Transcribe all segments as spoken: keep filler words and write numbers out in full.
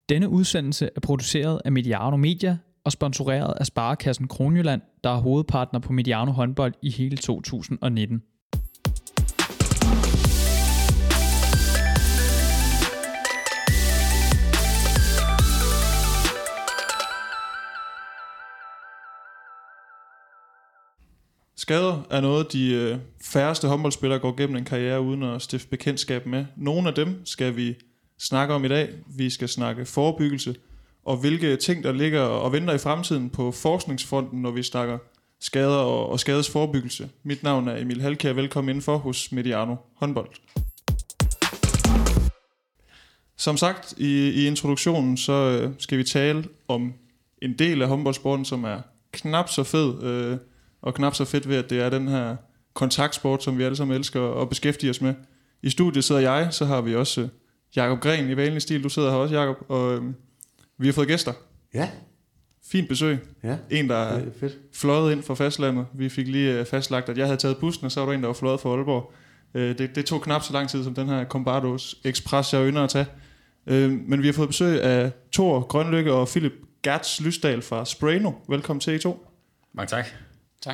Denne udsendelse er produceret af Mediano Media og sponsoreret af Sparekassen Kronjylland, der er hovedpartner på Mediano håndbold i hele to tusind og nitten. Skader er noget, de øh, færreste håndboldspillere går gennem en karriere uden at stifte bekendtskab med. Nogle af dem skal vi snakke om i dag. Vi skal snakke forebyggelse og hvilke ting, der ligger og venter i fremtiden på forskningsfronten, når vi snakker skader og, og skadesforebyggelse. Mit navn er Emil Halkjær. Velkommen indenfor hos Mediano håndbold. Som sagt i, i introduktionen, så øh, skal vi tale om en del af håndboldsporten, som er knap så fed, øh, og knap så fedt ved, at det er den her kontaktsport, som vi alle sammen elsker at beskæftige os med. I studiet sidder jeg, så har vi også Jakob Gren i vanlig stil. Du sidder her også, Jakob, og øhm, vi har fået gæster. Ja. Fint besøg. Ja. En, der er fedt. fløjet ind fra fastlandet. Vi fik lige fastlagt, at jeg havde taget bussen, og så var der en, der var fløjet fra Aalborg. Øh, det, det tog knap så lang tid som den her Combardos Express, jeg ynder at tage. Øh, men vi har fået besøg af Thor Grønlykke og Philip Gertz Lysdal fra Sprayno. Velkommen til I to. Mange tak. Tak.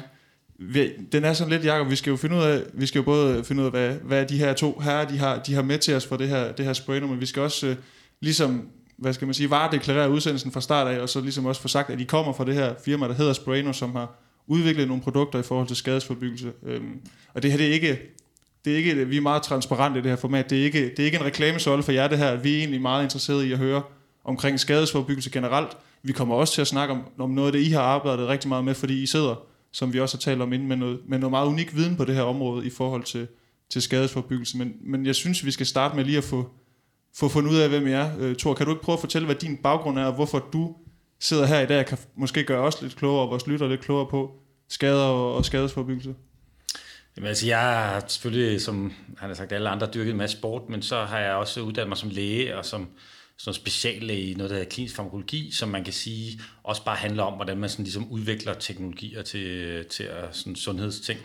Den er sådan lidt, Jacob, vi skal jo finde ud af, vi skal jo både finde ud af, hvad, hvad de her to herrer, de har, de har med til os for det her, det her Sprayno, men vi skal også øh, ligesom, hvad skal man sige, varedeklarere udsendelsen fra start af, og så ligesom også få sagt, at de kommer fra det her firma, der hedder Sprayno, som har udviklet nogle produkter i forhold til skadesforebyggelse. Øhm, og det her, det er ikke, det er ikke, vi er meget transparente i det her format, det er ikke, det er ikke en reklamesøjle for jer det her, vi er egentlig meget interesserede i at høre omkring skadesforebyggelse generelt. Vi kommer også til at snakke om, om noget af det, I har arbejdet rigtig meget med, fordi I sidder, som vi også har talt om inden, med noget, med noget meget unik viden på det her område i forhold til, til skadesforebyggelse. Men, men jeg synes, vi skal starte med lige at få, få fundet ud af, hvem I er. Øh, Thor, kan du ikke prøve at fortælle, hvad din baggrund er, og hvorfor du sidder her i dag og kan måske gøre os lidt klogere, og vores lytter lidt klogere på skader og, og skadesforebyggelse? Jamen, altså, jeg har selvfølgelig, som han har sagt, alle andre dyrket en masse sport, men så har jeg også uddannet mig som læge og som som speciallæge i noget, der hedder klinisk farmakologi, som man kan sige også bare handler om, hvordan man sådan ligesom udvikler teknologier til, til sådan sundhedsting.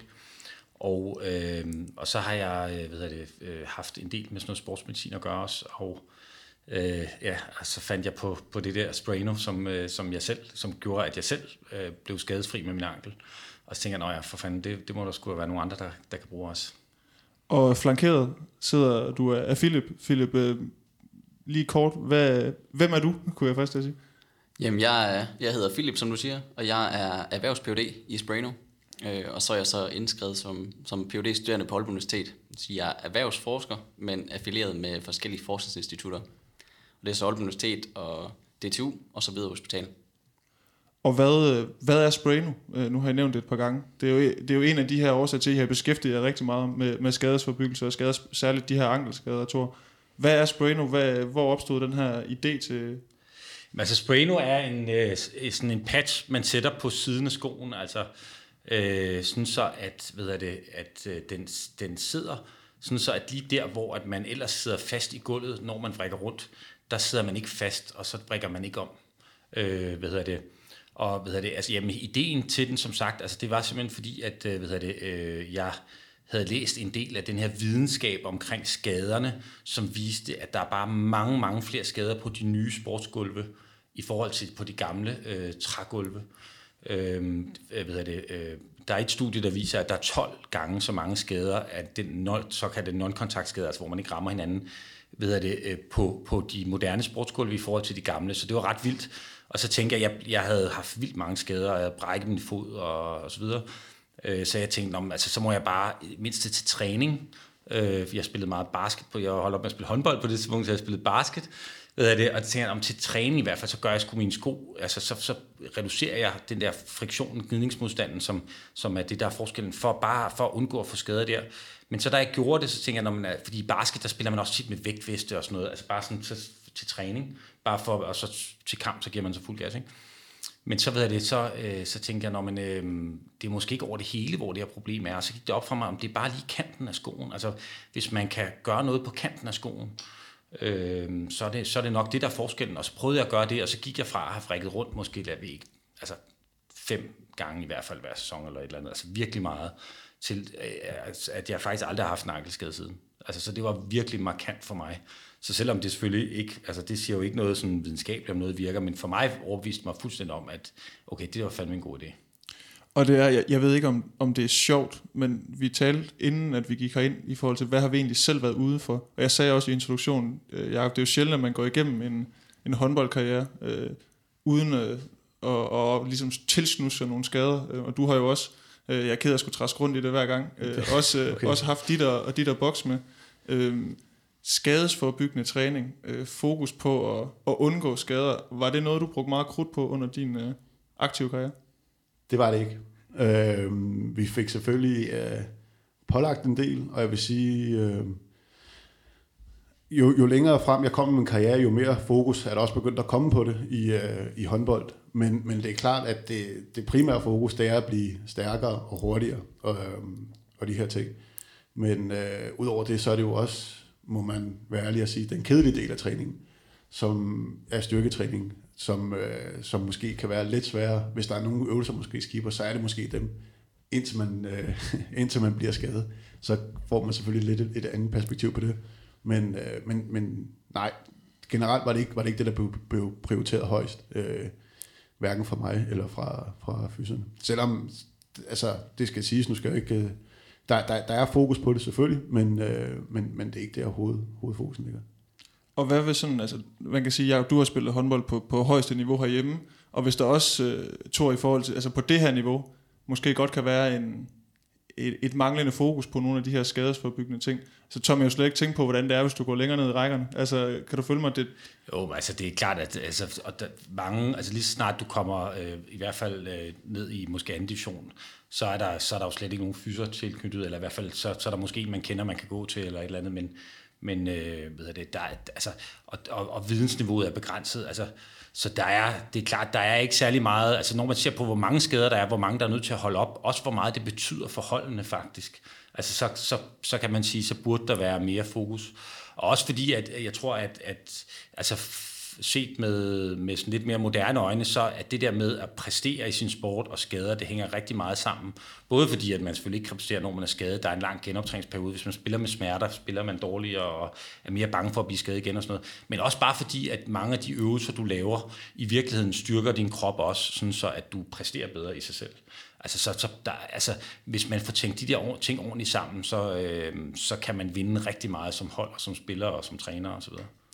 Og, øh, og så har jeg hvad hedder det, øh, haft en del med sådan noget sportsmedicin at gøre også, og øh, ja, så fandt jeg på, på det der Sprayno, som, øh, som jeg selv, som gjorde, at jeg selv øh, blev skadesfri med min ankel. Og så tænker jeg, ja, for fanden, det, det må der sgu være nogle andre, der, der kan bruge os. Og flankeret sidder du af Philip. Philip, øh, lige kort, hvad, hvem er du, kunne jeg først sige? Jamen, jeg, jeg hedder Philip, som du siger, og jeg er erhvervs-P H D i Sprayno. Øh, og så er jeg så indskrevet som, som P H D-studerende på Aalborg Universitet. Så jeg er erhvervsforsker, men affilieret med forskellige forskningsinstitutter. Og det er så Aalborg Universitet og D T U og så videre hospital. Og hvad, hvad er Sprayno? Nu har jeg nævnt det et par gange. Det er jo, det er jo en af de her årsager til, at I har beskæftiget jer rigtig meget med, med skadesforebyggelse og skades, særligt de her ankelskader, Thor. Hvad er Sprayno? Hvad, hvor opstod den her idé til? Altså Sprayno er en, øh, sådan en patch, man sætter på siden af skoen, altså øh, sådan så, at, ved jeg det, at øh, den, den sidder, sådan så at lige der, hvor at man ellers sidder fast i gulvet, når man vrikker rundt, der sidder man ikke fast, og så vrikker man ikke om. Øh, hvad hedder det? Og hvad hedder det? Altså, jamen, ideen til den, som sagt, altså det var simpelthen fordi, at øh, hvad hedder det, øh, jeg havde læst en del af den her videnskab omkring skaderne, som viste, at der er bare mange, mange flere skader på de nye sportsgulve i forhold til på de gamle øh, trægulve. Øh, hvad det, øh, der er et studie, der viser, at der er tolv gange så mange skader af den non- såkaldte non-kontaktskader, altså hvor man ikke rammer hinanden, ved det, øh, på, på de moderne sportsgulve i forhold til de gamle. Så det var ret vildt. Og så tænker jeg, at jeg havde haft vildt mange skader, og jeg havde brækket min fod og, og så videre. Så jeg tænkte, altså, så må jeg bare mindst til træning. Jeg spillede meget basket på, jeg holdt op med at spille håndbold på det tidspunkt, så jeg spillede basket. Ved jeg det, og så tænkte jeg, om til træning i hvert fald, så gør jeg sgu mine sko, altså så, så reducerer jeg den der friktion, gnidningsmodstanden, som, som er det der er forskellen, for bare for at undgå at få skader der. Men så da jeg gjorde det, så tænkte jeg, når man er, fordi i basket, der spiller man også tit med vægtveste og sådan noget, altså bare sådan til, til træning, bare for, og så til kamp, så giver man så fuld gas, ikke? Men så ved jeg det, så, øh, så tænkte jeg, når man, øh, det er måske ikke over det hele, hvor det her problem er. Og så gik det op for mig, om det er bare lige kanten af skoen. Altså, hvis man kan gøre noget på kanten af skoen, øh, så, er det, så er det nok det, der er forskellen. Og så prøvede jeg at gøre det, og så gik jeg fra at have frikket rundt, måske lad vi ikke, altså fem gange i hvert fald hver sæson, eller et eller andet, altså virkelig meget, til øh, at jeg faktisk aldrig har haft en ankelskade siden. Altså, så det var virkelig markant for mig. Så selvom det selvfølgelig ikke, altså det siger jo ikke noget sådan videnskabeligt, om noget virker, men for mig overbeviste mig fuldstændig om, at okay, det var fandme en god idé. Og det er, jeg, jeg ved ikke, om, om det er sjovt, men vi talte inden, at vi gik herind, i forhold til, hvad har vi egentlig selv været ude for? Og jeg sagde også i introduktionen, øh, Jacob, det er jo sjældent, at man går igennem en, en håndboldkarriere, øh, uden øh, at og ligesom tilsnusse nogle skader. Og du har jo også, øh, jeg er ked af at skulle træske rundt i det hver gang, øh, også, øh, okay. også haft dit og, og dit og boks med. Øh, skadesforbyggende træning, øh, fokus på at, at undgå skader. Var det noget, du brugte meget krudt på under din øh, aktive karriere? Det var det ikke. Øh, vi fik selvfølgelig øh, pålagt en del, og jeg vil sige, øh, jo, jo længere frem jeg kom i min karriere, jo mere fokus er der også begyndt at komme på det i, øh, i håndbold. Men, men det er klart, at det, det primære fokus, det er at blive stærkere og hurtigere, og, øh, og de her ting. Men øh, udover det, så er det jo også, må man være ærlig at sige, den kedelige del af træningen, som er styrketræning, som, øh, som måske kan være lidt sværere. Hvis der er nogle øvelser, måske skipper, så er det måske dem, indtil man, øh, indtil man bliver skadet. Så får man selvfølgelig lidt et, et andet perspektiv på det. Men, øh, men, men nej, generelt var det ikke, var det, ikke det, der blev, blev prioriteret højst. Øh, hverken fra mig eller fra, fra fyserne. Selvom, altså, det skal siges, nu skal jeg ikke... Der, der, der er fokus på det selvfølgelig, men, øh, men, men det er ikke der hoved, hovedfokusen ligger. Og hvad vil sådan, altså, man kan sige, at du har spillet håndbold på, på højeste niveau herhjemme, og hvis der også, øh, Thor, i forhold til, altså på det her niveau, måske godt kan være en, et, et manglende fokus på nogle af de her skadesforbyggende ting, så Tom, jeg jo slet ikke tænke på, hvordan det er, hvis du går længere ned i rækkerne. Altså, kan du følge mig det? Jo, altså det er klart, at altså, og der, mange, altså lige så snart du kommer øh, i hvert fald øh, ned i måske anden division, så er der, så er der jo slet ikke nogen fyser tilknyttet, eller i hvert fald, så, så er der måske en, man kender, man kan gå til, eller et eller andet, men Men øh, ved det, der er, altså, og, og, og vidensniveauet er begrænset. Altså, så der er, det er klart, der er ikke særlig meget. Altså, når man ser på, hvor mange skader der er, hvor mange der er nødt til at holde op, også hvor meget det betyder for holdene faktisk. Altså, så, så, så kan man sige, så burde der være mere fokus. Og også fordi, at jeg tror, at, at altså, set med, med sådan lidt mere moderne øjne, så at det der med at præstere i sin sport og skader, det hænger rigtig meget sammen. Både fordi, at man selvfølgelig ikke kan præstere, når man er skadet. Der er en lang genoptræningsperiode. Hvis man spiller med smerter, spiller man dårligere og er mere bange for at blive skadet igen og sådan noget. Men også bare fordi, at mange af de øvelser, du laver, i virkeligheden styrker din krop også, sådan så at du præsterer bedre i sig selv. Altså, så, så der, altså, hvis man får tænkt de der ting ordentligt sammen, så, øh, så kan man vinde rigtig meget som hold, og som spiller og som træner osv.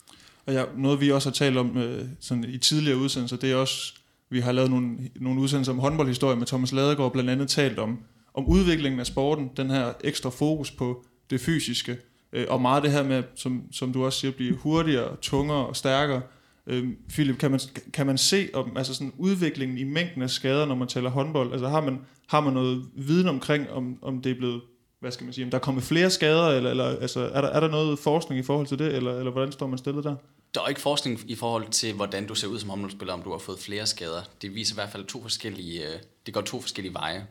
Og ja, noget vi også har talt om øh, sådan i tidligere udsendelser, det er også, vi har lavet nogle, nogle udsendelser om håndboldhistorie med Thomas Ladegaard, blandt andet talt om, om udviklingen af sporten, den her ekstra fokus på det fysiske, øh, og meget det her med, som, som du også siger, at blive hurtigere, tungere og stærkere. Øh, Philip, kan man, kan man se om, altså sådan udviklingen i mængden af skader, når man taler håndbold? Altså har man, har man noget viden omkring, om, om det er blevet, hvad skal man sige, om der er kommet flere skader, eller, eller altså, er, der, er der noget forskning i forhold til det, eller, eller hvordan står man stillet der? Der er ikke forskning i forhold til, hvordan du ser ud som håndboldspiller, om du har fået flere skader. Det viser i hvert fald to forskellige, det går to forskellige veje.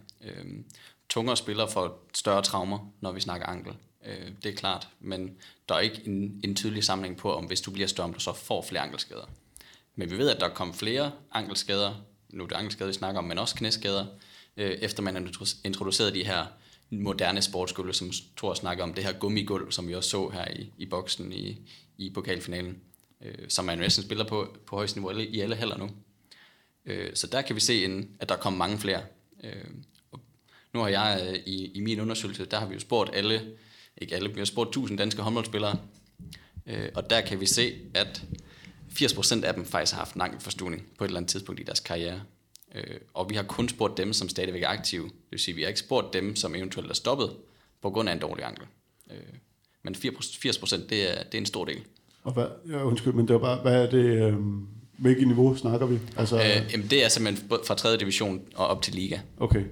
Tungere spillere får større traumer, når vi snakker ankel. Det er klart, men der er ikke en, en tydelig sammenhæng på, om hvis du bliver større, om du så får flere ankelskader. Men vi ved, at der kommer flere ankelskader, nu er det ankelskader, vi snakker om, men også knæskader, efter man har introduceret de her moderne sportsgulv, som Thor snakker om, det her gummigulv, som vi også så her i, i boksen i, i pokalfinalen, øh, som man næsten spiller på, på højst niveau i alle heller nu. Øh, så der kan vi se, en, at der kommer mange flere. Øh, og nu har jeg øh, i, i min undersøgelse, der har vi jo spurgt alle, ikke alle, vi har spurgt tusind danske håndboldspillere, øh, og der kan vi se, at firs procent af dem faktisk har haft en ankelforstuvning på et eller andet tidspunkt i deres karriere. Øh, og vi har kun spurgt dem, som stadigvæk er aktive. Det vil sige, at vi har ikke spurgt dem, som eventuelt er stoppet på grund af en dårlig ankel. Øh, men firs procent, det er, det er en stor del. Og hvad, ja, undskyld, men det var bare, hvad er det, øh, hvilket niveau snakker vi? Altså, øh, jamen det er simpelthen fra tredje division og op til liga. Okay.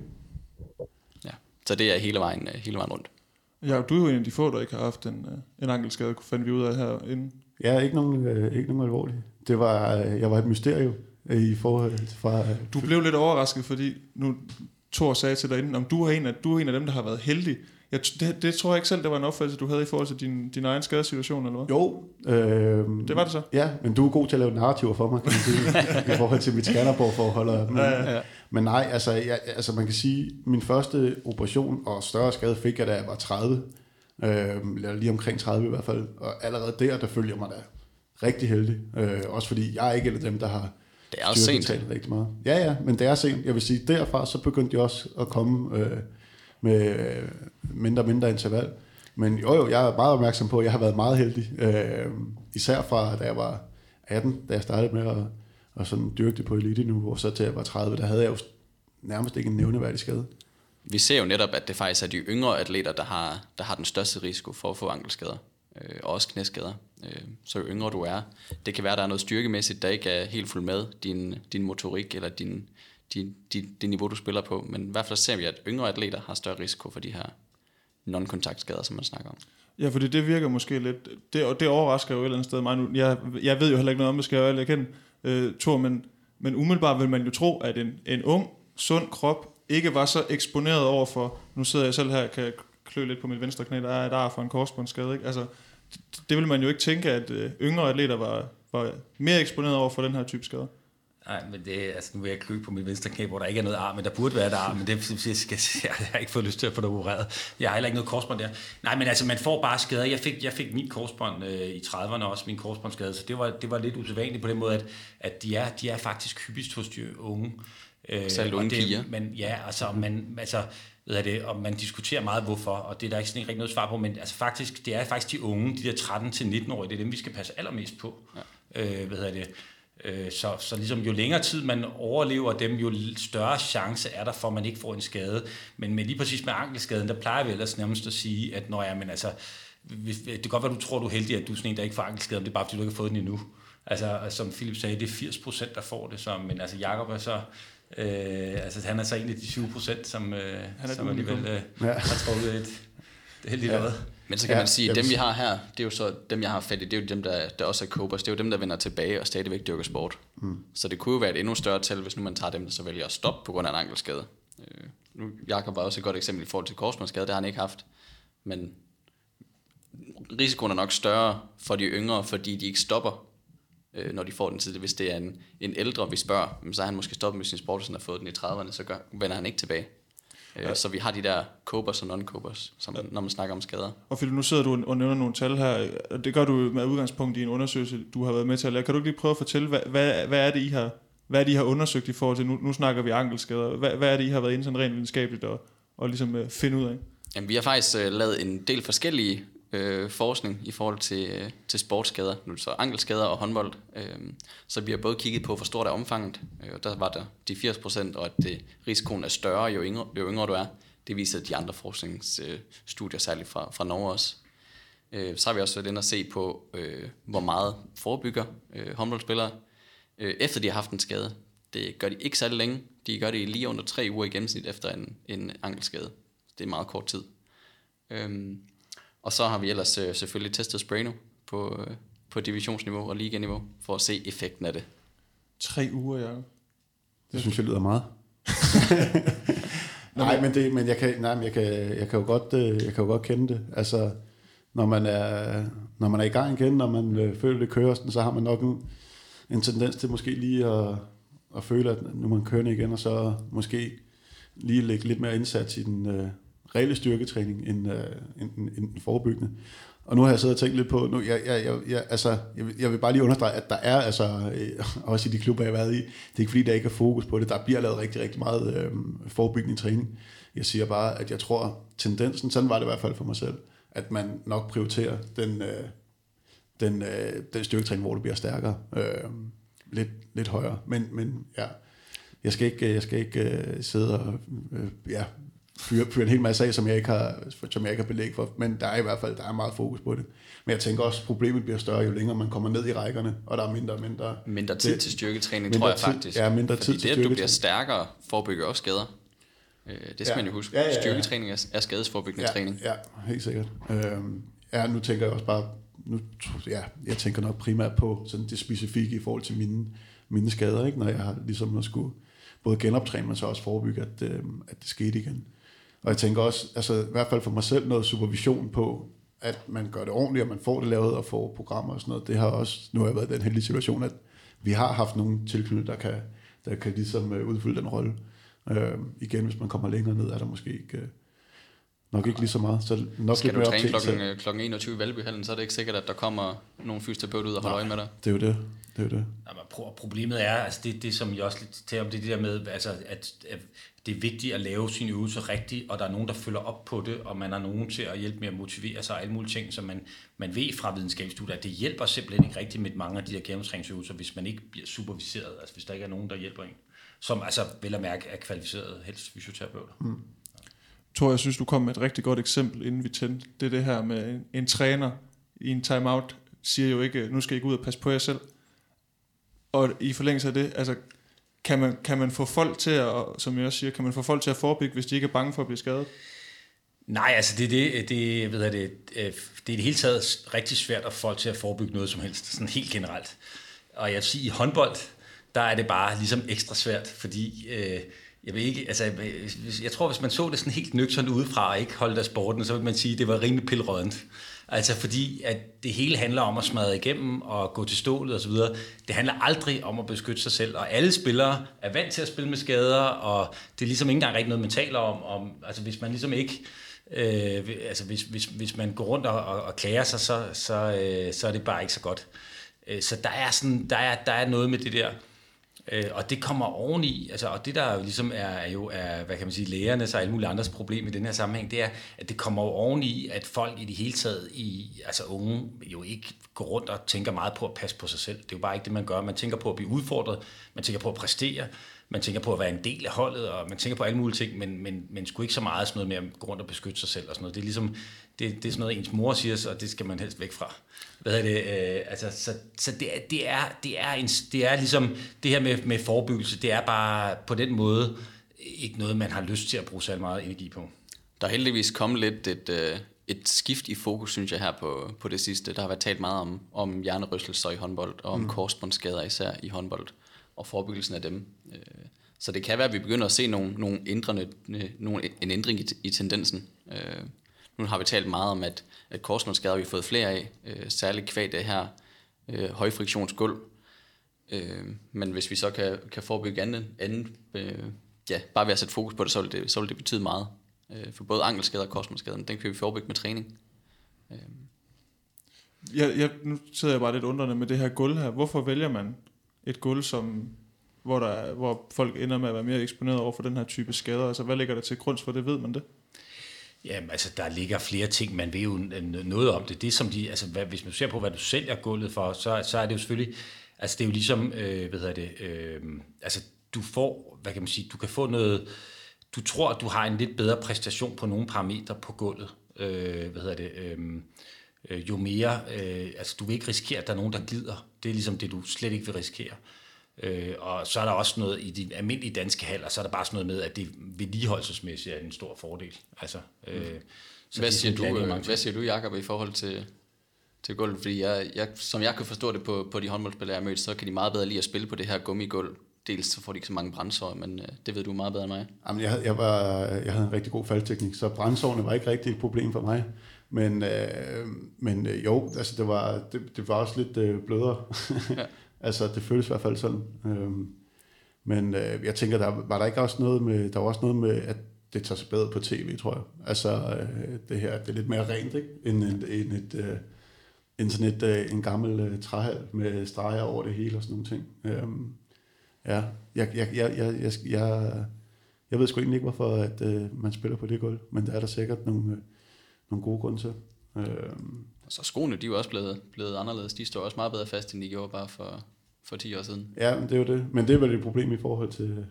Ja, så det er hele vejen, hele vejen rundt. Ja, du er jo en af de få, der ikke har haft en, en ankelskade, fandt vi ud af herinde. Ja, ikke nogen, øh, ikke nogen alvorlig. Det var, jeg var et mysterium i forhold fra... Du blev lidt overrasket, fordi nu Thor sagde til dig inden, om du er en af, du er en af dem, der har været heldig. Jeg, det, det tror jeg ikke selv, det var en opfattelse, du havde i forhold til din, din egen skadesituation, eller hvad? Jo. Øh, det var det så? Ja, men du er god til at lave narrativer for mig, kan man sige, i forhold til mit Skanderborg-forhold. Men, ja, ja. men nej, altså, jeg, altså man kan sige, min første operation og større skade fik jeg, da jeg var tredive. øh, eller lige omkring tredive i hvert fald, og allerede der, der følger mig da rigtig heldig, øh, også fordi jeg er ikke en af dem, der har det er også sent. rigtig meget. Ja, ja, men det er sent. Jeg vil sige, derfra så begyndte de også at komme øh, med øh, mindre og mindre interval. Men jo, jo, jeg er meget opmærksom på, at jeg har været meget heldig. Øh, især fra da jeg var atten, da jeg startede med at, at sådan dyrke det på elite nu, og så til jeg var tredive, der havde jeg jo nærmest ikke en nævneværdig skade. Vi ser jo netop, at det faktisk er de yngre atleter, der har, der har den største risiko for at få ankelskader, øh, og også knæskader. Øh, så jo yngre du er, det kan være, der er noget styrkemæssigt, der ikke er helt fuld med din, din motorik, eller din, din, din, din niveau, du spiller på. Men i hvert fald ser vi, at yngre atleter har større risiko for de her non-kontaktskader, som man snakker om. Ja, fordi det virker måske lidt, det, det overrasker jo et eller andet sted mig nu. Jeg, jeg ved jo heller ikke noget om det, skal jeg jo alle erkende, øh, Thor, men, men umiddelbart vil man jo tro, at en, en ung, sund krop ikke var så eksponeret over for, nu sidder jeg selv her og kan klø lidt på mit venstre knæ, der er et ar for en korsbåndsskade, ikke? Altså, det, det vil man jo ikke tænke, at øh, yngre atleter var, var mere eksponeret over for den her type skader. Nej, men det, altså, nu vil jeg klø på mit venstre knæ, hvor der ikke er noget arm, men der burde være et arm, men det jeg, skal, jeg har ikke fået lyst til at få det opereret. Jeg har heller ikke noget korsbånd der. Nej, men altså, man får bare skader. Jeg fik, jeg fik mit korsbånd øh, i trediverne også, min korsbåndsskade, så det var, det var lidt usædvanligt på den måde, at, at de, er, de er faktisk hyppigst hos de unge. Øh, Selv unge piger. Men ja, altså, man, altså ved jeg det, og man diskuterer meget hvorfor, og det er der ikke sådan ikke rigtig noget svar på, men altså faktisk, det er faktisk de unge, de der tretten til nitten-årige, det er dem, vi skal passe allermest på. Ja. Øh, hvad hedder det? Så, så ligesom jo længere tid man overlever dem, jo større chance er der for, at man ikke får en skade. Men med lige præcis med ankelskaden, der plejer vi ellers nærmest at sige, at når ja, men altså, det kan godt være, du tror, du er heldig, at du er sådan en, der ikke får ankelskade, men det er bare, fordi du ikke har fået den endnu. Altså, som Philip sagde, det er firs procent, der får det, så, men altså Jakob er så, øh, altså han er så en af de tyve procent, som, øh, som alligevel øh, ja. har trukket et, det heldige noget. Ja. Men så kan ja, man sige, at dem vi har her, det er jo så dem, jeg har fat i, det er jo dem, der, der også er copers, det er jo dem, der vender tilbage og stadigvæk dyrker sport. Mm. Så det kunne jo være et endnu større tal, hvis nu man tager dem, der så vælger at stoppe på grund af en ankelskade. Øh, nu, Jakob var også et godt eksempel i forhold til korsbåndsskade, det har han ikke haft. Men risikoen er nok større for de yngre, fordi de ikke stopper, øh, når de får den tid. Hvis det er en, en ældre, vi spørger, så har han måske stoppet med sin sport, hvis han har fået den i trediverne, så gør, vender han ikke tilbage. Ja. Så vi har de der copers og non-copers, som, ja. Når man snakker om skader. Og Philip, nu sidder du og nævner nogle tal her, og det gør du med udgangspunkt i en undersøgelse, du har været med til at lave. Kan du ikke lige prøve at fortælle, hvad, hvad, hvad er det, I har, hvad er det, I har undersøgt i forhold til, nu, nu snakker vi ankelskader, hvad, hvad er det, I har været inde sådan rent videnskabeligt og, og ligesom uh, finde ud af? Jamen, vi har faktisk uh, lavet en del forskellige uh, forskning i forhold til, uh, til sportsskader, nu så ankelskader og håndbold. Uh, så vi har både kigget på, hvor stort er omfanget, uh, og der var der de firs procent, og at det, risikoen er større, jo yngre, jo yngre du er. Det viser de andre forskningsstudier, særligt fra, fra Norge også. Uh, så har vi også været inde og se på, uh, hvor meget forebygger uh, håndboldspillere, uh, efter de har haft en skade. Det gør de ikke særlig længe. De gør det lige under tre uger i gennemsnit efter en, en ankelskade. Det er meget kort tid. Um, Og så har vi ellers øh, selvfølgelig testet Sprayno på, øh, på divisionsniveau og liganiveau for at se effekten af det. Tre uger, ja. Det, det synes jeg lyder meget. nej, men det, men jeg kan, nej, men jeg kan, jeg kan jo godt, jeg kan jo godt kende det. Altså, når man er, når man er i gang igen, når man øh, føler det kører, sådan, så har man nok en, en tendens til måske lige at, at føle, at nu man kører igen, og så måske lige lægge lidt mere indsats i den øh, reelle styrketræning end, øh, end, end, end den forebyggende. Og nu har jeg siddet og tænkt lidt på, nu, jeg, jeg, jeg, jeg, altså, jeg, jeg vil bare lige understrege, at der er, altså, øh, også i de klubber, jeg har været i, det er ikke fordi, der ikke er fokus på det. Der bliver lavet rigtig, rigtig meget øh, forebyggende træning. Jeg siger bare, at jeg tror, tendensen, sådan var det i hvert fald for mig selv, at man nok prioriterer den, øh, den, øh, den styrketræning, hvor du bliver stærkere, øh, lidt, lidt højere. Men, men ja, jeg skal ikke, jeg skal ikke øh, sidde og øh, ja, fyre, fyre en hel masse af, som jeg ikke har, som jeg ikke har belæg for. Men der er i hvert fald der er meget fokus på det. Men jeg tænker også, at problemet bliver større, jo længere man kommer ned i rækkerne, og der er mindre og mindre... Mindre tid det, til styrketræning, tror jeg tid, faktisk. Ja, mindre Fordi tid det, til at styrketræning. du bliver stærkere, forebygger også skader. Det skal ja. man jo huske. Ja, ja, ja. Styrketræning er skadesforebyggende ja, træning. Ja, helt sikkert. Øhm, ja, nu tænker jeg også bare... Nu, ja, jeg tænker nok primært på sådan det specifikke i forhold til mine, mine skader, ikke? Når jeg har ligesom at skulle både genoptræne, men så også forebygge, at, øh, at det skete igen. Og jeg tænker også, altså i hvert fald for mig selv, noget supervision på, at man gør det ordentligt, og man får det lavet og får programmer og sådan noget. Det har også, nu har jeg været i den heldige situation, at vi har haft nogle tilknyttet, der kan, der kan ligesom udfylde den rolle. Øh, igen, hvis man kommer længere ned, er der måske ikke, Nok ikke lige så meget. Så nok Skal lidt du mere træne optag klokken, klokken enogtyve i Valbyhallen, så er det ikke sikkert, at der kommer nogle fysioterapeuter ud og holder øje med dig. Det er jo det. Det er jo det. Jamen, problemet er, altså det, det som jeg også lidt taler om, det er det der med, altså, at, at det er vigtigt at lave sine øvelser rigtigt, og der er nogen, der følger op på det, og man har nogen til at hjælpe med at motivere sig og alle mulige ting, som man, man ved fra videnskabsstudier, at det hjælper simpelthen ikke rigtigt med mange af de her gennemtræningsøvelser, hvis man ikke bliver superviseret, altså hvis der ikke er nogen, der hjælper en, som altså vel at mærke er kvalificerede helst fysioterapeuter. Mm. Tror jeg synes, du kom med et rigtig godt eksempel, inden vi tændte. Det er det her med en, en træner i en timeout, siger jo ikke, nu skal I gå ud og passe på jer selv. Og i forlængelse af det, altså, kan man, kan man få folk til at, som jeg også siger, kan man få folk til at forebygge, hvis de ikke er bange for at blive skadet? Nej, altså det, det, det, ved jeg, det, det er i det hele taget rigtig svært at få folk til at forebygge noget som helst, sådan helt generelt. Og jeg vil sige, i håndbold, der er det bare ligesom ekstra svært, fordi øh, jeg ved ikke, altså jeg tror, hvis man så det sådan helt nøgternt udefra og ikke holdt af sporten, så vil man sige, at det var rimelig pillerødent. Altså fordi, at det hele handler om at smadre igennem og gå til stålet osv. Det handler aldrig om at beskytte sig selv, og alle spillere er vant til at spille med skader, og det er ligesom ikke engang rigtig noget, man taler om. om altså hvis man ligesom ikke, øh, altså hvis, hvis, hvis man går rundt og, og, og klager sig, så, så, øh, så er det bare ikke så godt. Så der er, sådan, der er, der er noget med det der, øh, og det kommer oveni, altså, og det der ligesom er, er jo er, hvad kan man sige, lægernes og alle mulige andres problem i den her sammenhæng, det er, at det kommer oveni, at folk i det hele taget, i, altså unge, jo ikke går rundt og tænker meget på at passe på sig selv. Det er jo bare ikke det, man gør. Man tænker på at blive udfordret, man tænker på at præstere, man tænker på at være en del af holdet, og man tænker på alle mulige ting, men, men, men sgu ikke så meget sådan noget med at gå rundt og beskytte sig selv og sådan noget. Det er ligesom, det, det er sådan noget, ens mor siger, og det skal man helst væk fra. Hvad er det? Øh, altså, så så det, er, det, er, det, er en, det er ligesom, det her med, med forebyggelse, det er bare på den måde ikke noget, man har lyst til at bruge særlig meget energi på. Der er heldigvis kommet lidt et, et skift i fokus, synes jeg, her på, på det sidste. Der har været talt meget om, om hjernerystelser i håndbold, og om mm. korsbåndsskader især i håndbold, og forebyggelsen af dem. Så det kan være, at vi begynder at se nogle, nogle ændrende, nogle, en ændring i, i tendensen. Nu har vi talt meget om, at, at korsbåndsskader vi har fået flere af, særligt kvad det her højfriktionsgulv. Men hvis vi så kan, kan forebygge andet, andet ja, bare ved at sætte fokus på det, så vil det, så vil det betyde meget. For både ankelskader og korsbåndsskader, den kan vi forebygge med træning. Jeg, jeg, nu sidder jeg bare lidt undrende med det her gulv her. Hvorfor vælger man et gulv, som, hvor, der, hvor folk ender med at være mere eksponeret over for den her type skader? Altså, hvad ligger der til grund for det? Ved man det? Jamen, altså, der ligger flere ting, man ved jo noget om det. Det som de, altså, hvad, hvis man ser på, hvad du sælger gulvet for, så, så er det jo selvfølgelig, altså, det er jo ligesom, øh, hvad hedder det, øh, altså, du får, hvad kan man sige, du kan få noget, du tror, at du har en lidt bedre præstation på nogle parametre på gulvet, øh, hvad hedder det, øh, øh, jo mere, øh, altså, du vil ikke risikere, at der er nogen, der glider. Det er ligesom det, du slet ikke vil risikere. Øh, og så er der også noget i de almindelige danske haller, så er der bare sådan noget med, at det vedligeholdelsesmæssigt er en stor fordel. Altså, øh, så hvad, det siger sådan, du, hvad siger du, Jakob, i forhold til, til gulv? Fordi jeg, jeg, som jeg kan forstå det på, på de håndboldspillere, jeg har mødt, så kan de meget bedre lide at spille på det her gummigulv. Dels så får de ikke så mange brændsår, men øh, det ved du meget bedre end mig. Jamen, jeg, havde, jeg, var, jeg havde en rigtig god faldteknik, så brændsårene var ikke rigtig et problem for mig. Men, øh, men øh, jo, altså det var, det, det var også lidt øh, blødere. Ja. Altså, det føles i hvert fald sådan. Øhm, men øh, jeg tænker, der var der ikke også noget med, der var også noget med, at det tager sig bedre på tv, tror jeg. Altså, øh, det her, det er lidt mere rent, ikke? End, end, end, et, øh, end sådan et, øh, en gammel øh, træhal med streger over det hele og sådan nogle ting. Øhm, ja, jeg, jeg, jeg, jeg, jeg, jeg, jeg ved sgu egentlig ikke, hvorfor at, øh, man spiller på det gulv, men der er der sikkert nogle, øh, nogle gode grunde til. Øhm, Så skoene, de er jo også blevet, blevet anderledes. De står også meget bedre fast, end de gjorde bare for, for ti år siden. Ja, det er jo det. Men det er vel et problem i forhold til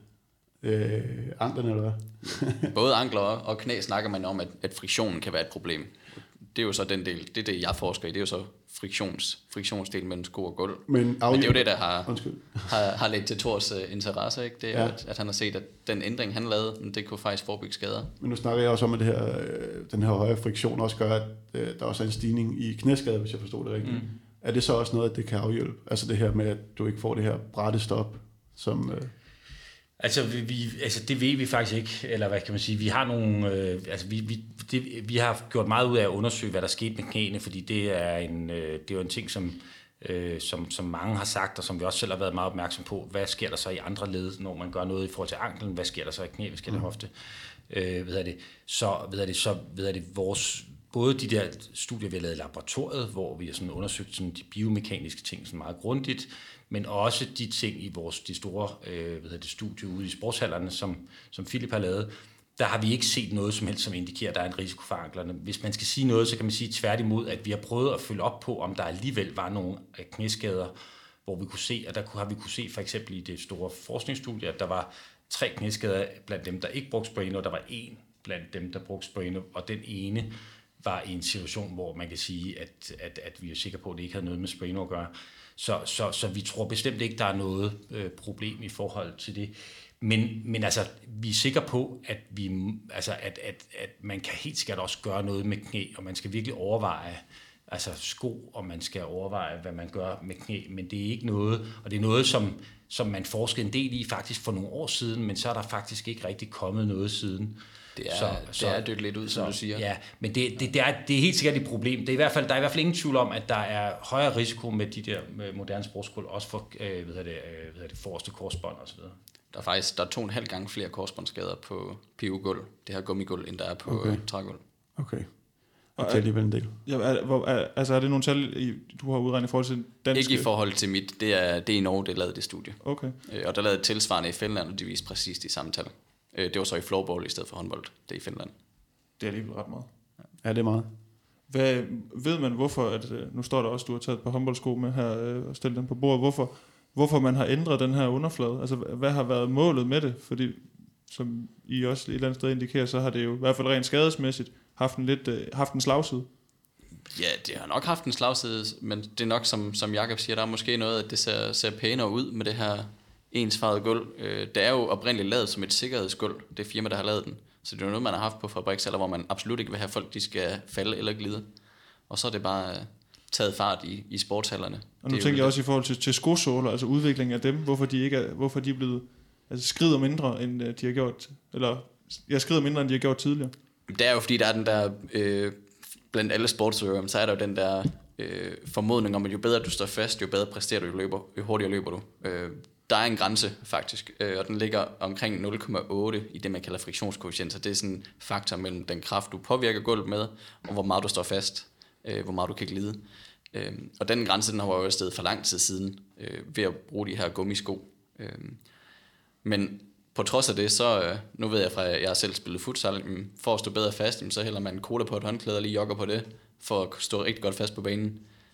øh, anklerne, eller hvad? Både ankler og knæ snakker man om, at, at friktionen kan være et problem. Det er jo så den del, det er det, jeg forsker i, det er jo så friktions, friktionsdelen mellem sko og gulv. Men, Men det er jo det, der har, har, har lidt til Thors uh, interesse, ikke? Det er ja. jo, at, at han har set, at den ændring, han lavede, det kunne faktisk forebygge skader. Men nu snakker jeg også om, at det her, den her høje friktion også gør, at øh, der også er en stigning i knæskader, hvis jeg forstår det rigtigt. Mm. Er det så også noget, at det kan afhjælpe? Altså det her med, at du ikke får det her brættestop, som... Øh Altså, vi, vi, altså, det ved vi faktisk ikke, eller hvad kan man sige, vi har nogle, øh, altså, vi, vi, det, vi har gjort meget ud af at undersøge, hvad der skete med knæene, fordi det er en, øh, det er jo en ting, som, øh, som, som mange har sagt, og som vi også selv har været meget opmærksom på, hvad sker der så i andre led, når man gør noget i forhold til anklen, hvad sker der så i knæ, hvad sker der i hofte. Øh, ved det, så ved det, så ved det, vores, både de der studier, vi har lavet i laboratoriet, hvor vi har sådan undersøgt sådan de biomekaniske ting sådan meget grundigt, men også de ting i vores de store øh, ved det, studie ude i sportshallerne, som, som Philip har lavet, der har vi ikke set noget som helst, som indikerer, at der er en risiko for anklerne. Hvis man skal sige noget, så kan man sige tværtimod, at vi har prøvet at følge op på, om der alligevel var nogle knæskader, hvor vi kunne se, at der har vi kunne se for eksempel i det store forskningsstudie, at der var tre knæskader blandt dem, der ikke brugte Sbreno, og der var en blandt dem, der brugte Sbreno, og den ene var i en situation, hvor man kan sige, at, at, at vi er sikre på, at det ikke havde noget med Sbreno at gøre. Så, så, så vi tror bestemt ikke, der er noget øh, problem i forhold til det. Men, men altså, vi er sikre på, at, vi, altså, at, at, at man kan helt sikkert også gøre noget med knæ, og man skal virkelig overveje altså sko, og man skal overveje, hvad man gør med knæ, men det er ikke noget, og det er noget, som, som man forskede en del i faktisk for nogle år siden, men så er der faktisk ikke rigtig kommet noget siden. Det er, så, det så, er dødt lidt ud, som så, du siger. Ja, men det, det, det, er, det er helt sikkert et problem. Det er i hvert fald, der er i hvert fald ingen tvivl om, at der er højere risiko med de der med moderne sportsgulv, også for øh, hvad det, øh, hvad det forreste korsbånd og så videre. Der er faktisk der er to og en halv gange flere korsbåndsskader på P U-gulv, det her gummigulv, end der er på Okay. trægulv. Okay. Og det er alligevel en del. Ja, er, hvor, er, altså er det nogle tal, I, du har udregnet i forhold til danske? Ikke i forhold til mit, det er, det er i Norge, det er lavet det studie. Okay. Øh, og der er lavet tilsvarende i Finland, og de viste præcis de samme tal. Øh, det var så i floorball i stedet for håndbold, det er i Finland. Det er alligevel ret meget. Ja, det er meget. Hvad, ved man hvorfor, at nu står der også, du har taget et par håndboldsko med her og stillet dem på bordet, hvorfor, hvorfor man har ændret den her underflade? Altså hvad har været målet med det? Fordi som I også et eller andet sted indikerer, så har det jo i hvert fald rent skadesmæssigt haft en, lidt, haft en slagside. Ja, det har nok haft en slagside, men det er nok, som, som Jakob siger, der er måske noget, at det ser, ser pænere ud med det her ensfarvede gulv. Øh, det er jo oprindeligt lavet som et sikkerhedsgulv, det firma, der har lavet den. Så det er noget, man har haft på fabrikshaller, hvor man absolut ikke vil have folk, de skal falde eller glide. Og så er det bare uh, taget fart i, i sportshallerne. Og nu tænker jeg også i forhold til, til skosåler, altså udviklingen af dem, hvorfor de ikke er, hvorfor de er blevet altså skrider mindre, end de har gjort, eller jeg skrider mindre, end de har gjort tidligere. Det er jo fordi, der er den der, øh, blandt alle sportsøvere, så er der jo den der øh, formodning om, at jo bedre du står fast, jo bedre præsterer du, jo, løber, jo hurtigere løber du. Øh, der er en grænse faktisk, øh, og den ligger omkring nul komma otte i det, man kalder friktionskoefficient. Så det er sådan en faktor mellem den kraft, du påvirker gulvet med, og hvor meget du står fast, øh, hvor meget du kan glide. Øh, og den grænse, den har jo stedet for lang tid siden, øh, ved at bruge de her gummisko. Øh, men på trods af det, så, øh, nu ved jeg fra, at jeg har selv spillet futsal, for at stå bedre fast, så hælder man en cola på et håndklæde og lige jogger på det, for at stå rigtig godt fast på banen.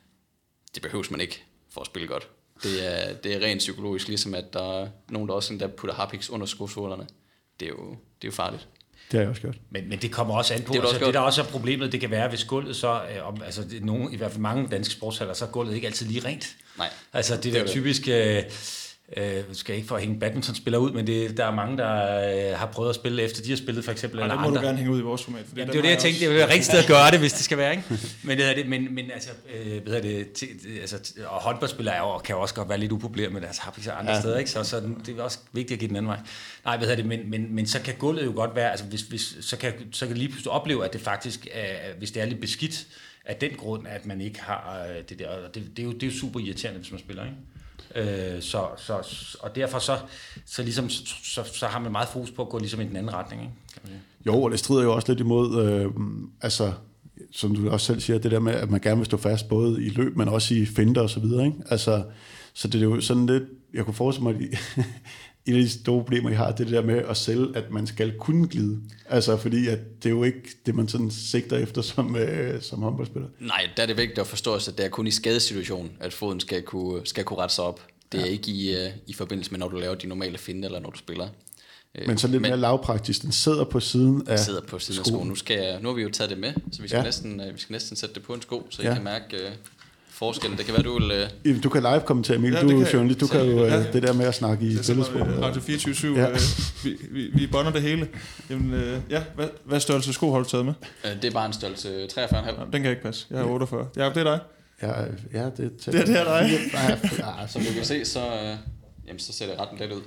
Det behøves man ikke for at spille godt. Det er, det er rent psykologisk, ligesom at der er nogen, der også der putter harpiks under skosålerne. Det er jo, det er jo farligt. Det har jeg også gjort. Men, men det kommer også an på, det, altså, også det der også er problemet, det kan være, hvis gulvet så, øh, om, altså det, nogen, i hvert fald mange danske sportshaller, så er gulvet ikke altid lige rent. Nej. Altså det, det der typisk, øh, øh, skal jeg ikke for at hænge badmintonspillere ud, men det, der er mange, der øh, har prøvet at spille efter, de har spillet for eksempel, eller andre. Det må andre. du gerne hænge ud i vores format. For Jamen, det er det, jeg tænkte, det ville være rigtigt sted at gøre det, hvis det skal være, ikke? Men, det er det, men, men altså, øh, ved det, til, altså, og håndboldspillere er jo, kan jo også godt være lidt upopulære med deres harpiks andre ja. steder, ikke? Så, så det er også vigtigt at give den anden vej. Nej, ved det, men, men, men så kan gulvet jo godt være, altså hvis, hvis, så, kan, så kan lige pludselig opleve, at det faktisk, er, hvis det er lidt beskidt, af den grund, at man ikke har det der, og det, det, er jo, det er jo super irriterende, hvis man spiller, ikke? Øh, så, så, og derfor så, så, ligesom, så, så har man meget fokus på at gå ligesom i den anden retning, ikke? Kan man sige. Jo, og det strider jo også lidt imod, øh, altså, som du også selv siger, det der med, at man gerne vil stå fast, både i løb, men også i finter og så videre, ikke? Altså, så det er jo sådan lidt, jeg kunne forestille mig, at et af de store problemer, I har, det er det der med at sælge, at man skal kunne glide. Altså, fordi at det er jo ikke det, man sådan sigter efter som, øh, som håndboldspiller. Nej, der er det vigtigt at forstå, at det er kun i skadesituation, at foden skal kunne, skal kunne rette sig op. Det er ja. ikke i, uh, i forbindelse med, når du laver de normale finde, eller når du spiller. Men så lidt Men, mere lavpraktisk, den sidder på siden af sidder på siden af skoen. Nu, skal jeg, nu har vi jo taget det med, så vi skal, ja. næsten, uh, vi skal næsten sætte det på en sko, så ja. I kan mærke uh, forskellen. Det kan være, du vil... Uh... Du kan live kommentere, Emil. Ja, du er journalist. Du kan jo uh, ja. det der med at snakke i billedsprog. Radio fireogtyve syv. Ja. Uh, vi, vi, vi bonder det hele. Jamen, uh, ja, hvad, hvad størrelse sko har du taget med? Uh, det er bare en størrelse treogfyrre komma fem. Den kan ikke passe. Jeg er otteogfyrre. Ja, det er dig. Ja, ja, det er det, det er dig. Ja, som du kan se, så, øh, jamen, så ser det ret let ud.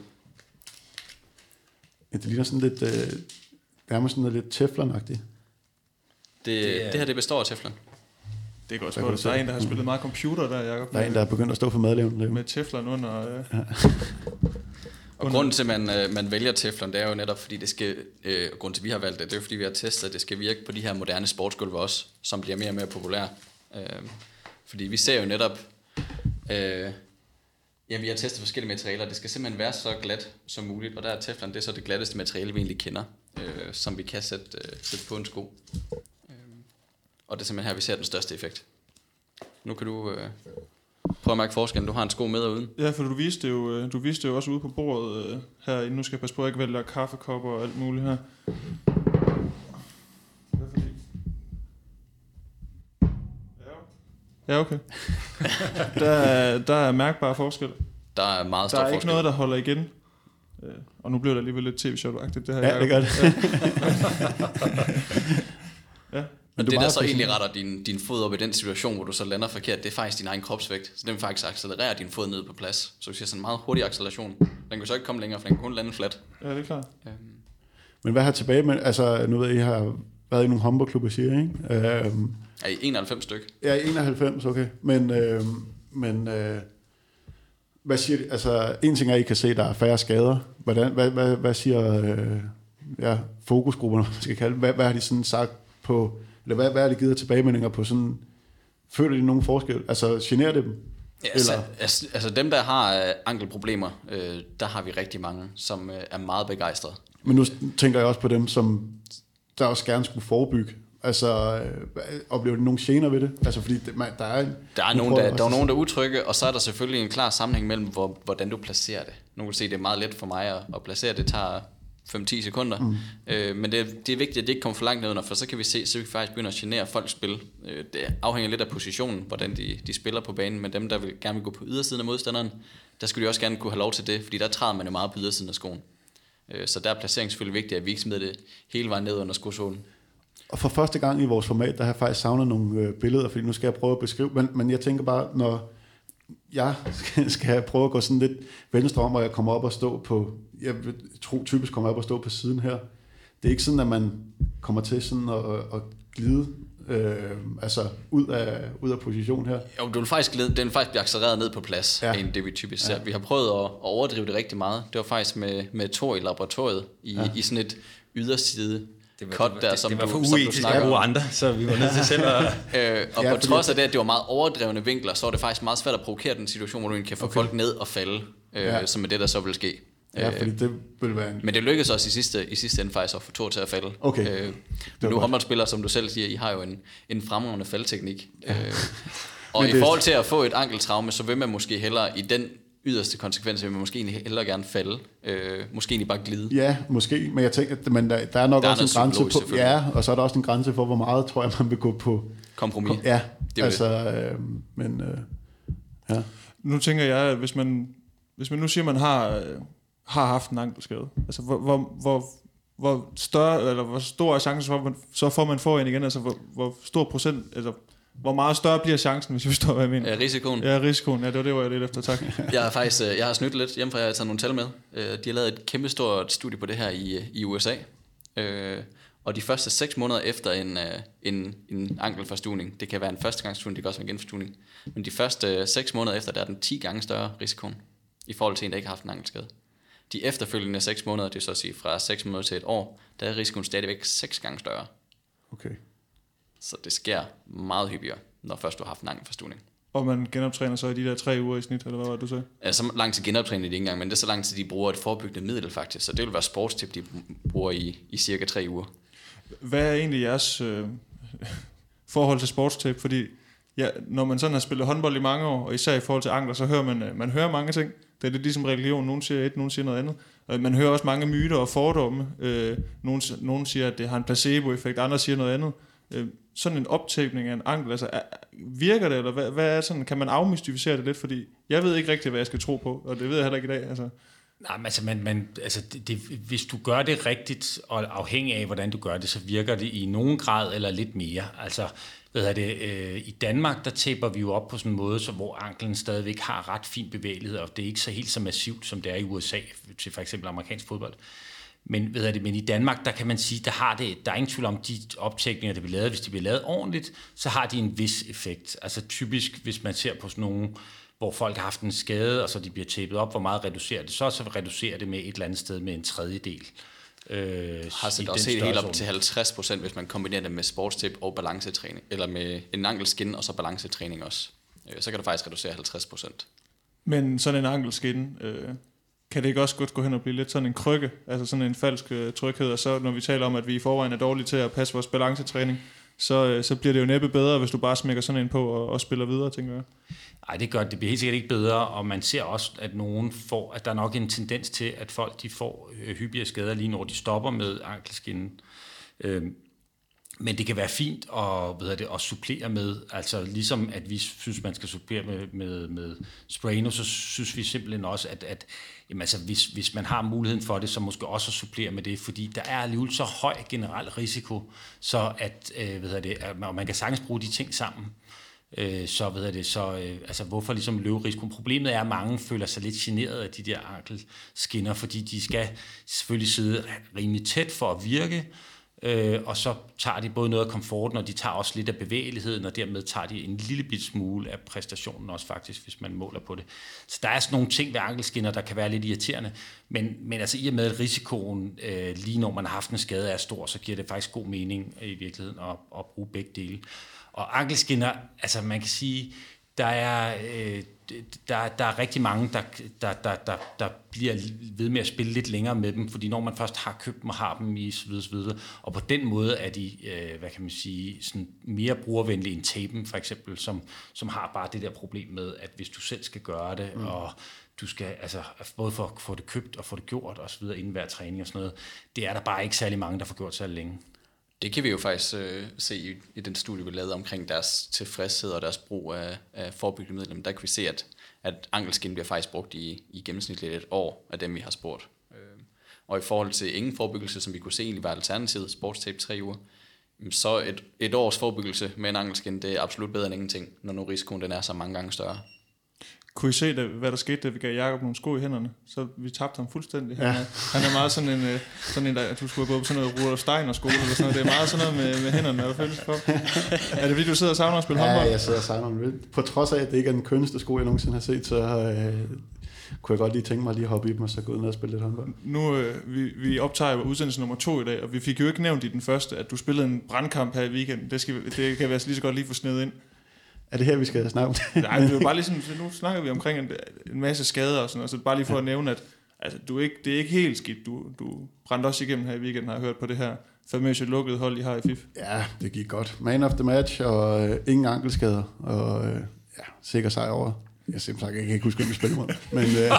Ja, det ligner sådan lidt, øh, nærmest sådan lidt teflonagtigt. Det, det, er, det her, det består af teflon. Det er godt spørgsmål. Der er en, der har spillet meget computer der, Jacob. Der er en, der er begyndt at stå for madlavningen. Med teflon under. Øh. Ja. Og grunden til, at man, øh, man vælger teflon, det er jo netop, fordi det skal, øh, grunden til, at vi har valgt det, det er jo, fordi vi har testet, at det skal virke på de her moderne sportsgulve også, som bliver mere og mere populære. Øh, fordi vi ser jo netop, øh, ja, vi har testet forskellige materialer, det skal simpelthen være så glat som muligt, og der er teflon, det er så det glatteste materiale, vi egentlig kender, øh, som vi kan sætte, øh, sætte på en sko. Øh, og det er simpelthen her, vi ser den største effekt. Nu kan du... Øh, Prøv at mærke forskellen. Du har en sko med og uden. Ja, for du viste det jo, du viste det jo også ude på bordet øh, herinde. Nu skal jeg passe på, at jeg ikke vælger kaffekopper og alt muligt her. Ja, okay. der, er, der er mærkbar forskel. Der er meget stor forskel. Der er forskel. ikke noget, der holder igen. Øh, og nu bliver det alligevel lidt tv-show-agtigt, det her. Ja, det gør det. Ja. Men det, der så egentlig retter din, din fod op i den situation, hvor du så lander forkert, det er faktisk din egen kropsvægt. Så den vil faktisk accelerere din fod ned på plads. Så hvis jeg sådan en meget hurtig acceleration, den kan så ikke komme længere, for den kan kun lande flat. Ja, det er klart. Øhm. Men hvad har tilbage med, altså nu ved jeg, I har været i nogle håndboldklubber, siger I, ikke? Øhm, er I enoghalvfems styk? Ja, enoghalvfems, okay. Men, øh, men øh, hvad siger de? Altså, en ting er, at I kan se, at der er færre skader. Hvordan, hvad, hvad, hvad siger øh, ja, fokusgrupperne, man skal kalde det? Hvad, hvad har de sådan sagt på, eller hvad, hvad har de givet tilbagemeldinger på sådan, føler de nogen forskel? Altså, generer det dem? Ja, altså, altså, altså dem, der har øh, ankelproblemer, øh, der har vi rigtig mange, som øh, er meget begejstrede. Men nu tænker jeg også på dem, som der også gerne skulle forebygge. Altså, øh, oplever de nogle gener ved det? Altså, fordi det, man, der er en... Der er, nogen, der, der er nogen, der er utrygge, og så er der selvfølgelig en klar sammenhæng mellem, hvor, hvordan du placerer det. Nu kan du se, det er meget let for mig at, at placere. Det tager fem til ti sekunder. Mm. Øh, men det, det er vigtigt, at det ikke kommer for langt ned under, for så kan vi se, så vi faktisk begynder at genere folks spil. Øh, det afhænger lidt af positionen, hvordan de, de spiller på banen, men dem, der vil, gerne vil gå på ydersiden af modstanderen, der skulle de også gerne kunne have lov til det, fordi der træder man jo meget på ydersiden af skoen. Øh, så der er placering selvfølgelig vigtigt, at vi ikke smider det hele vejen ned under skosålen. Og for første gang i vores format, der har jeg faktisk savnet nogle øh, billeder, fordi nu skal jeg prøve at beskrive, men, men jeg tænker bare, når jeg skal, skal prøve at gå sådan lidt venstre om, og jeg kommer op og stå på, jeg tror typisk kommer op og stå på siden her. Det er ikke sådan, at man kommer til sådan at, at glide øh, altså ud af, ud af position her. Jo, du vil faktisk glide, den vil faktisk blive accelereret ned på plads, ja. End det vi typisk ser. Ja. Vi har prøvet at, at overdrive det rigtig meget. Det var faktisk med, med Thor i laboratoriet, i, ja. i sådan et yderside. Det var, cut det, der, det, som det var du, for som uetisk at bruge andre, så vi var nødt til selv at... øh, og ja, på trods af det, at det var meget overdrevne vinkler, så var det faktisk meget svært at provokere den situation, hvor du kan få okay. folk ned og falde, øh, ja. Som er det, der så vil ske. Ja, fordi det vil være en... Men det lykkedes også i sidste, i sidste ende faktisk at få Thor til at falde. Okay. Øh, men nu håndboldspillere, som du selv siger, I har jo en, en fremragende faldteknik. Ja. Øh, og i det... forhold til at få et ankeltraume, så vil man måske hellere i den yderste konsekvens, vil man måske egentlig hellere gerne falde. Øh, måske egentlig bare glide. Ja, måske, men jeg tænker, at men der, der er nok der også er en grænse på, ja, og så er der også en grænse for, hvor meget, tror jeg, man vil gå på kompromis. Kom, ja, det altså, øh, men øh, ja. Nu tænker jeg, at hvis man, hvis man nu siger, at man har, øh, har haft en ankelskade, altså hvor, hvor, hvor, hvor større, eller hvor stor er chancen for, at man, så får man får en igen, altså hvor, hvor stor procent, altså hvor meget større bliver chancen, hvis vi forstår, hvad jeg mener? Ja, risikoen. Ja, risikoen. Ja, det var det, hvor jeg lidt efter. Tak. Jeg har faktisk jeg har snydt lidt hjemmefra, jeg har taget nogle tal med. De har lavet et kæmpestort studie på det her i, i U S A. Og de første seks måneder efter en, en, en ankelforstuvning, det kan være en førstegangsforstuvning, det kan også være en genforstuvning, men de første seks måneder efter, der er den ti gange større risikoen, i forhold til en, der ikke har haft en ankelskade. De efterfølgende seks måneder, det er så at sige fra seks måneder til et år, der er risikoen stadigvæk seks gange større. Okay. Så det sker meget hyppigere, når først du har haft en ankelforstuvning. Og man genoptræner så i de der tre uger i snit, eller hvad var det, du sagde? Ja, så langt til genoptræning det ikke engang, men det er så langt til, de bruger et forebyggende middel faktisk. Så det vil være sportstip, de bruger i, i cirka tre uger. Hvad er egentlig jeres øh, forhold til sportstip? Fordi ja, når man sådan har spillet håndbold i mange år, og især i forhold til ankler, så hører man, man hører mange ting. Det er lidt ligesom religion. Nogen siger et, nogen siger noget andet. Man hører også mange myter og fordomme. Øh, nogen, nogen siger, at det har en placeboeffekt, andre siger noget andet. Øh, sådan en optækning af en ankel, altså er, virker det, eller hvad, hvad er sådan, kan man afmystificere det lidt? Fordi jeg ved ikke rigtig, hvad jeg skal tro på, og det ved jeg heller ikke i dag. Altså. Nej, men altså, man, man, altså det, det, hvis du gør det rigtigt, og afhængig af, hvordan du gør det, så virker det i nogen grad eller lidt mere. Altså, hvad er det, øh, i Danmark, der tæpper vi jo op på sådan en måde, så hvor anklen stadigvæk har ret fin bevægelighed, og det er ikke så helt så massivt, som det er i U S A, til for eksempel amerikansk fodbold. Men, ved det, men i Danmark, der kan man sige, der har det, der er ingen tvivl om de optækninger, der bliver lavet. Hvis de bliver lavet ordentligt, så har de en vis effekt. Altså typisk, hvis man ser på sådan nogle hvor folk har haft en skade, og så de bliver tæppet op, hvor meget reducerer det, så så reducerer det med et eller andet sted med en tredjedel. Øh, har set også set helt op til halvtreds procent, hvis man kombinerer det med sportstip og balancetræning, eller med en ankelskin og så balancetræning også. Øh, så kan du faktisk reducere halvtreds procent. Men sådan en ankelskin, øh, kan det ikke også godt gå hen og blive lidt sådan en krykke, altså sådan en falsk øh, tryghed, og så når vi taler om, at vi i forvejen er dårlige til at passe vores balancetræning, så, øh, så bliver det jo næppe bedre, hvis du bare smækker sådan en på og, og spiller videre, tænker jeg. Nej, det gør det. Det bliver helt sikkert ikke bedre, og man ser også, at nogen får, at der er nok en tendens til, at folk de får øh, hyppigere skader lige når de stopper med ankelskinnen. Øh, men det kan være fint at, hvad det, at supplere med, altså ligesom at vi synes, man skal supplere med, med, med Sbreno, så synes vi simpelthen også, at, at jamen, altså, hvis, hvis man har muligheden for det, så måske også at supplere med det, fordi der er alligevel så høj generel risiko, så at, øh, hvad det, at man kan sagtens bruge de ting sammen. Så ved jeg det, så øh, altså hvorfor ligesom løbe risikoen? Problemet er, at mange føler sig lidt generet af de der ankelskinner, fordi de skal selvfølgelig sidde rimelig tæt for at virke, øh, og så tager de både noget af komforten, og de tager også lidt af bevægeligheden, og dermed tager de en lille bit smule af præstationen også faktisk, hvis man måler på det. Så der er sådan nogle ting ved ankelskinner, der kan være lidt irriterende, men, men altså i og med, at risikoen øh, lige når man har haft en skade er stor, så giver det faktisk god mening i virkeligheden at, at bruge begge dele. Og ankelskinner, altså man kan sige, der er, øh, der, der er rigtig mange, der, der, der, der, der bliver ved med at spille lidt længere med dem, fordi når man først har købt dem og har dem i så videre, så videre, og på den måde er de, øh, hvad kan man sige, sådan mere brugervenlige end tapen for eksempel, som, som har bare det der problem med, at hvis du selv skal gøre det, mm. og du skal altså både for at få det købt og få det gjort og så videre inden hver træning og sådan noget, det er der bare ikke særlig mange, der får gjort særlig længe. Det kan vi jo faktisk øh, se i, i den studie, vi lavede omkring deres tilfredshed og deres brug af, af forebyggende midler. Men der kan vi se, at, at ankelskin bliver faktisk brugt i, i gennemsnitligt et år af dem, vi har spurgt. Øh, og i forhold til ingen forebyggelse, som vi kunne se egentlig var alternativet, sportstape tre uger, så et, et års forebyggelse med en ankelskin, det er absolut bedre end ingenting, når nu risikoen den er så mange gange større. Kunne I se, det, hvad der skete, da vi gav Jakob nogle sko i hænderne? Så vi tabte ham fuldstændig. Han, ja. er, han er meget sådan en, sådan en der, du skulle have gået på sådan noget Rudolf Steiner skole eller sådan noget. Det er meget sådan noget med, med hænderne, er der følelse for? Er det fordi, du sidder og savner at spille håndbold? Ja, jeg sidder og savner vildt. På trods af, at det ikke er den kønneste sko, jeg nogensinde har set, så øh, kunne jeg godt lige tænke mig at lige hoppe i dem og så gå ud ned og spille lidt håndbold. Nu, øh, vi, vi optager jo udsendelse nummer to i dag, og vi fik jo ikke nævnt i den første, at du spillede en brandkamp her i weekenden. Det, skal, det kan vi altså lige så godt lige få snedet ind. Er det her, vi skal snakke om det? Nej, det er jo bare lige sådan, nu snakker vi omkring en, en masse skader og sådan noget, så bare lige for ja. at nævne, at altså, du er ikke, det er ikke helt skidt. Du, du brændte også igennem her i weekenden, har jeg hørt på det her famøse lukkede hold, I har i F I F. Ja, det gik godt. Man of the match, og øh, ingen ankelskader, og øh, ja, sikker sejr over. Jeg simpelthen jeg kan ikke huske, hvem vi spiller mod. Men, øh,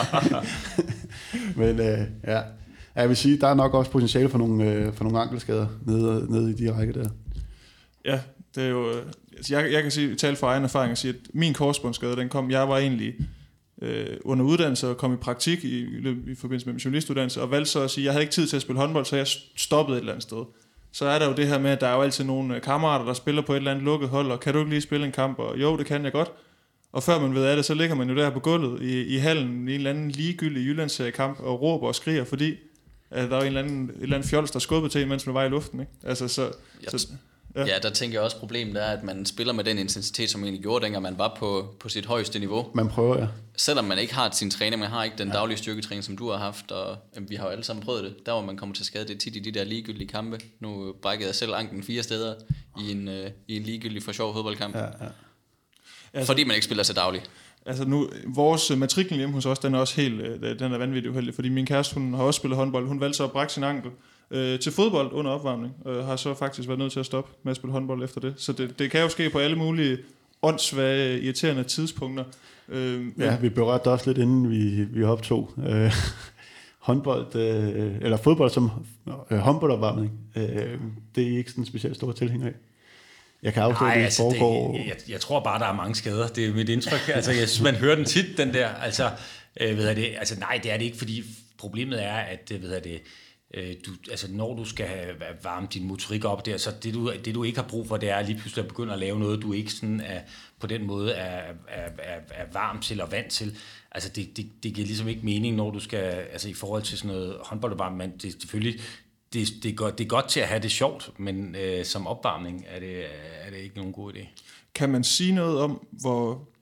men øh, ja, jeg vil sige, der er nok også potentiale for nogle, øh, for nogle ankelskader nede, nede i de række der. Ja, det er jo... Jeg, jeg kan sige, tale fra egen erfaring og sige, at min korsbåndsskade, den kom, jeg var egentlig øh, under uddannelse og kom i praktik i, i forbindelse med min journalistuddannelse, og valgte så at sige, at jeg havde ikke tid til at spille håndbold, så jeg stoppede et eller andet sted. Så er der jo det her med, at der er jo altid nogle kammerater, der spiller på et eller andet lukket hold, og kan du ikke lige spille en kamp? Og jo, det kan jeg godt. Og før man ved af det, så ligger man jo der på gulvet i, i hallen i en eller anden ligegyldig Jyllandsserie-kamp og råber og skriger, fordi at der er en eller anden, et eller andet fjols, der skubbede til, mens man var i luften. Ikke? Altså, så, så, ja. ja, der tænker jeg også, problemet er, at man spiller med den intensitet, som man egentlig gjorde, dengang man var på, på sit højeste niveau. Man prøver, ja. Selvom man ikke har sin træning, man har ikke den daglige styrketræning, som du har haft, og jamen, vi har jo alle sammen prøvet det. Der hvor man kommer til skade, det er tit i de der ligegyldige kampe. Nu brækkede jeg selv anklen fire steder i en, øh, i en ligegyldig for sjov fodboldkamp. Ja, ja. Altså, fordi man ikke spiller så dagligt. Altså nu, vores matrikel hjemme hos os, den er også helt, den er vanvittig uheldig, fordi min kæreste, hun har også spillet håndbold. Hun valgte så at brække sin ankel øh, til fodbold under opvarmning, og har så faktisk været nødt til at stoppe med at spille håndbold efter det. Så det, det kan jo ske på alle mulige åndssvage, irriterende tidspunkter. Øh, ja, vi berørte også lidt, inden vi, vi optog øh, håndbold, øh, eller fodbold som øh, håndboldopvarmning. Øh, det er ikke sådan en specielt stor tilhænger af. Jeg kan afsløre, det altså foregår... Det, jeg, jeg tror bare, der er mange skader. Det er mit indtryk. Altså, jeg synes, man hører den tit, den der. Altså, øh, ved jeg det, altså, nej, det er det ikke, fordi problemet er, at ved jeg det, øh, du, altså, når du skal varme din motorik op der, så det du, det, du ikke har brug for, det er lige pludselig at begynde at lave noget, du ikke sådan er, på den måde er, er, er, er varm til og vant til. Altså, det, det, det giver ligesom ikke mening, når du skal, altså i forhold til sådan noget håndboldopvarmning, det er selvfølgelig... Det, det, er godt, det er godt til at have det sjovt, men øh, som opvarmning er det, er det ikke nogen god idé. Kan man sige noget om, hvor,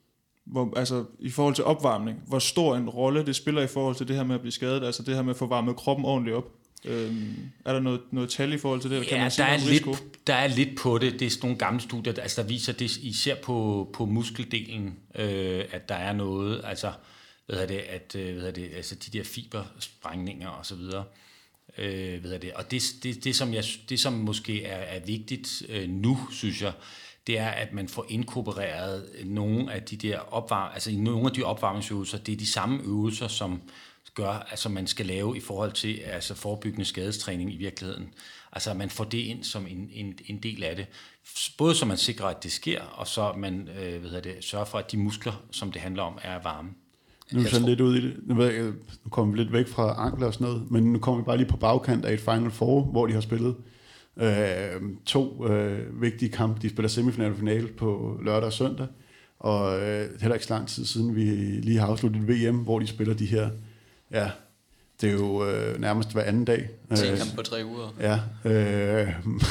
hvor, altså i forhold til opvarmning, hvor stor en rolle det spiller i forhold til det her med at blive skadet, altså det her med at få varmet kroppen ordentligt op. Øhm, er der noget, noget tal i forhold til det? Eller kan ja, man sige der, er lidt, der er lidt på det. Det er sådan nogle gamle studier, der, altså, der viser det især på, på muskeldelen, øh, at der er noget, altså, hvad hedder det, at, hvad hedder det, altså de der fibersprængninger og så videre. Øh, ved det. Og det, det, det, som jeg, det, som måske er, er vigtigt øh, nu, synes jeg, det er, at man får inkorporeret nogle af de der opvarm, altså i nogle af de opvarmningsøvelser, det er de samme øvelser, som gør, altså man skal lave i forhold til altså forebyggende skadestræning i virkeligheden. Altså at man får det ind som en, en, en del af det. Både så man sikrer, at det sker, og så man øh, hvad det, sørger for, at de muskler, som det handler om, er varme. Nu er vi sådan lidt ud i det. Nu, ved jeg, nu kommer vi lidt væk fra ankler og sådan noget, men nu kommer vi bare lige på bagkant af et Final Four, hvor de har spillet øh, to øh, vigtige kampe. De spiller semifinal og finale på lørdag og søndag, og øh, heller ikke så lang tid siden, vi lige har afsluttet V M, hvor de spiller de her, ja, det er jo øh, nærmest hver anden dag. Tre kampe på tre uger. Ja, øh,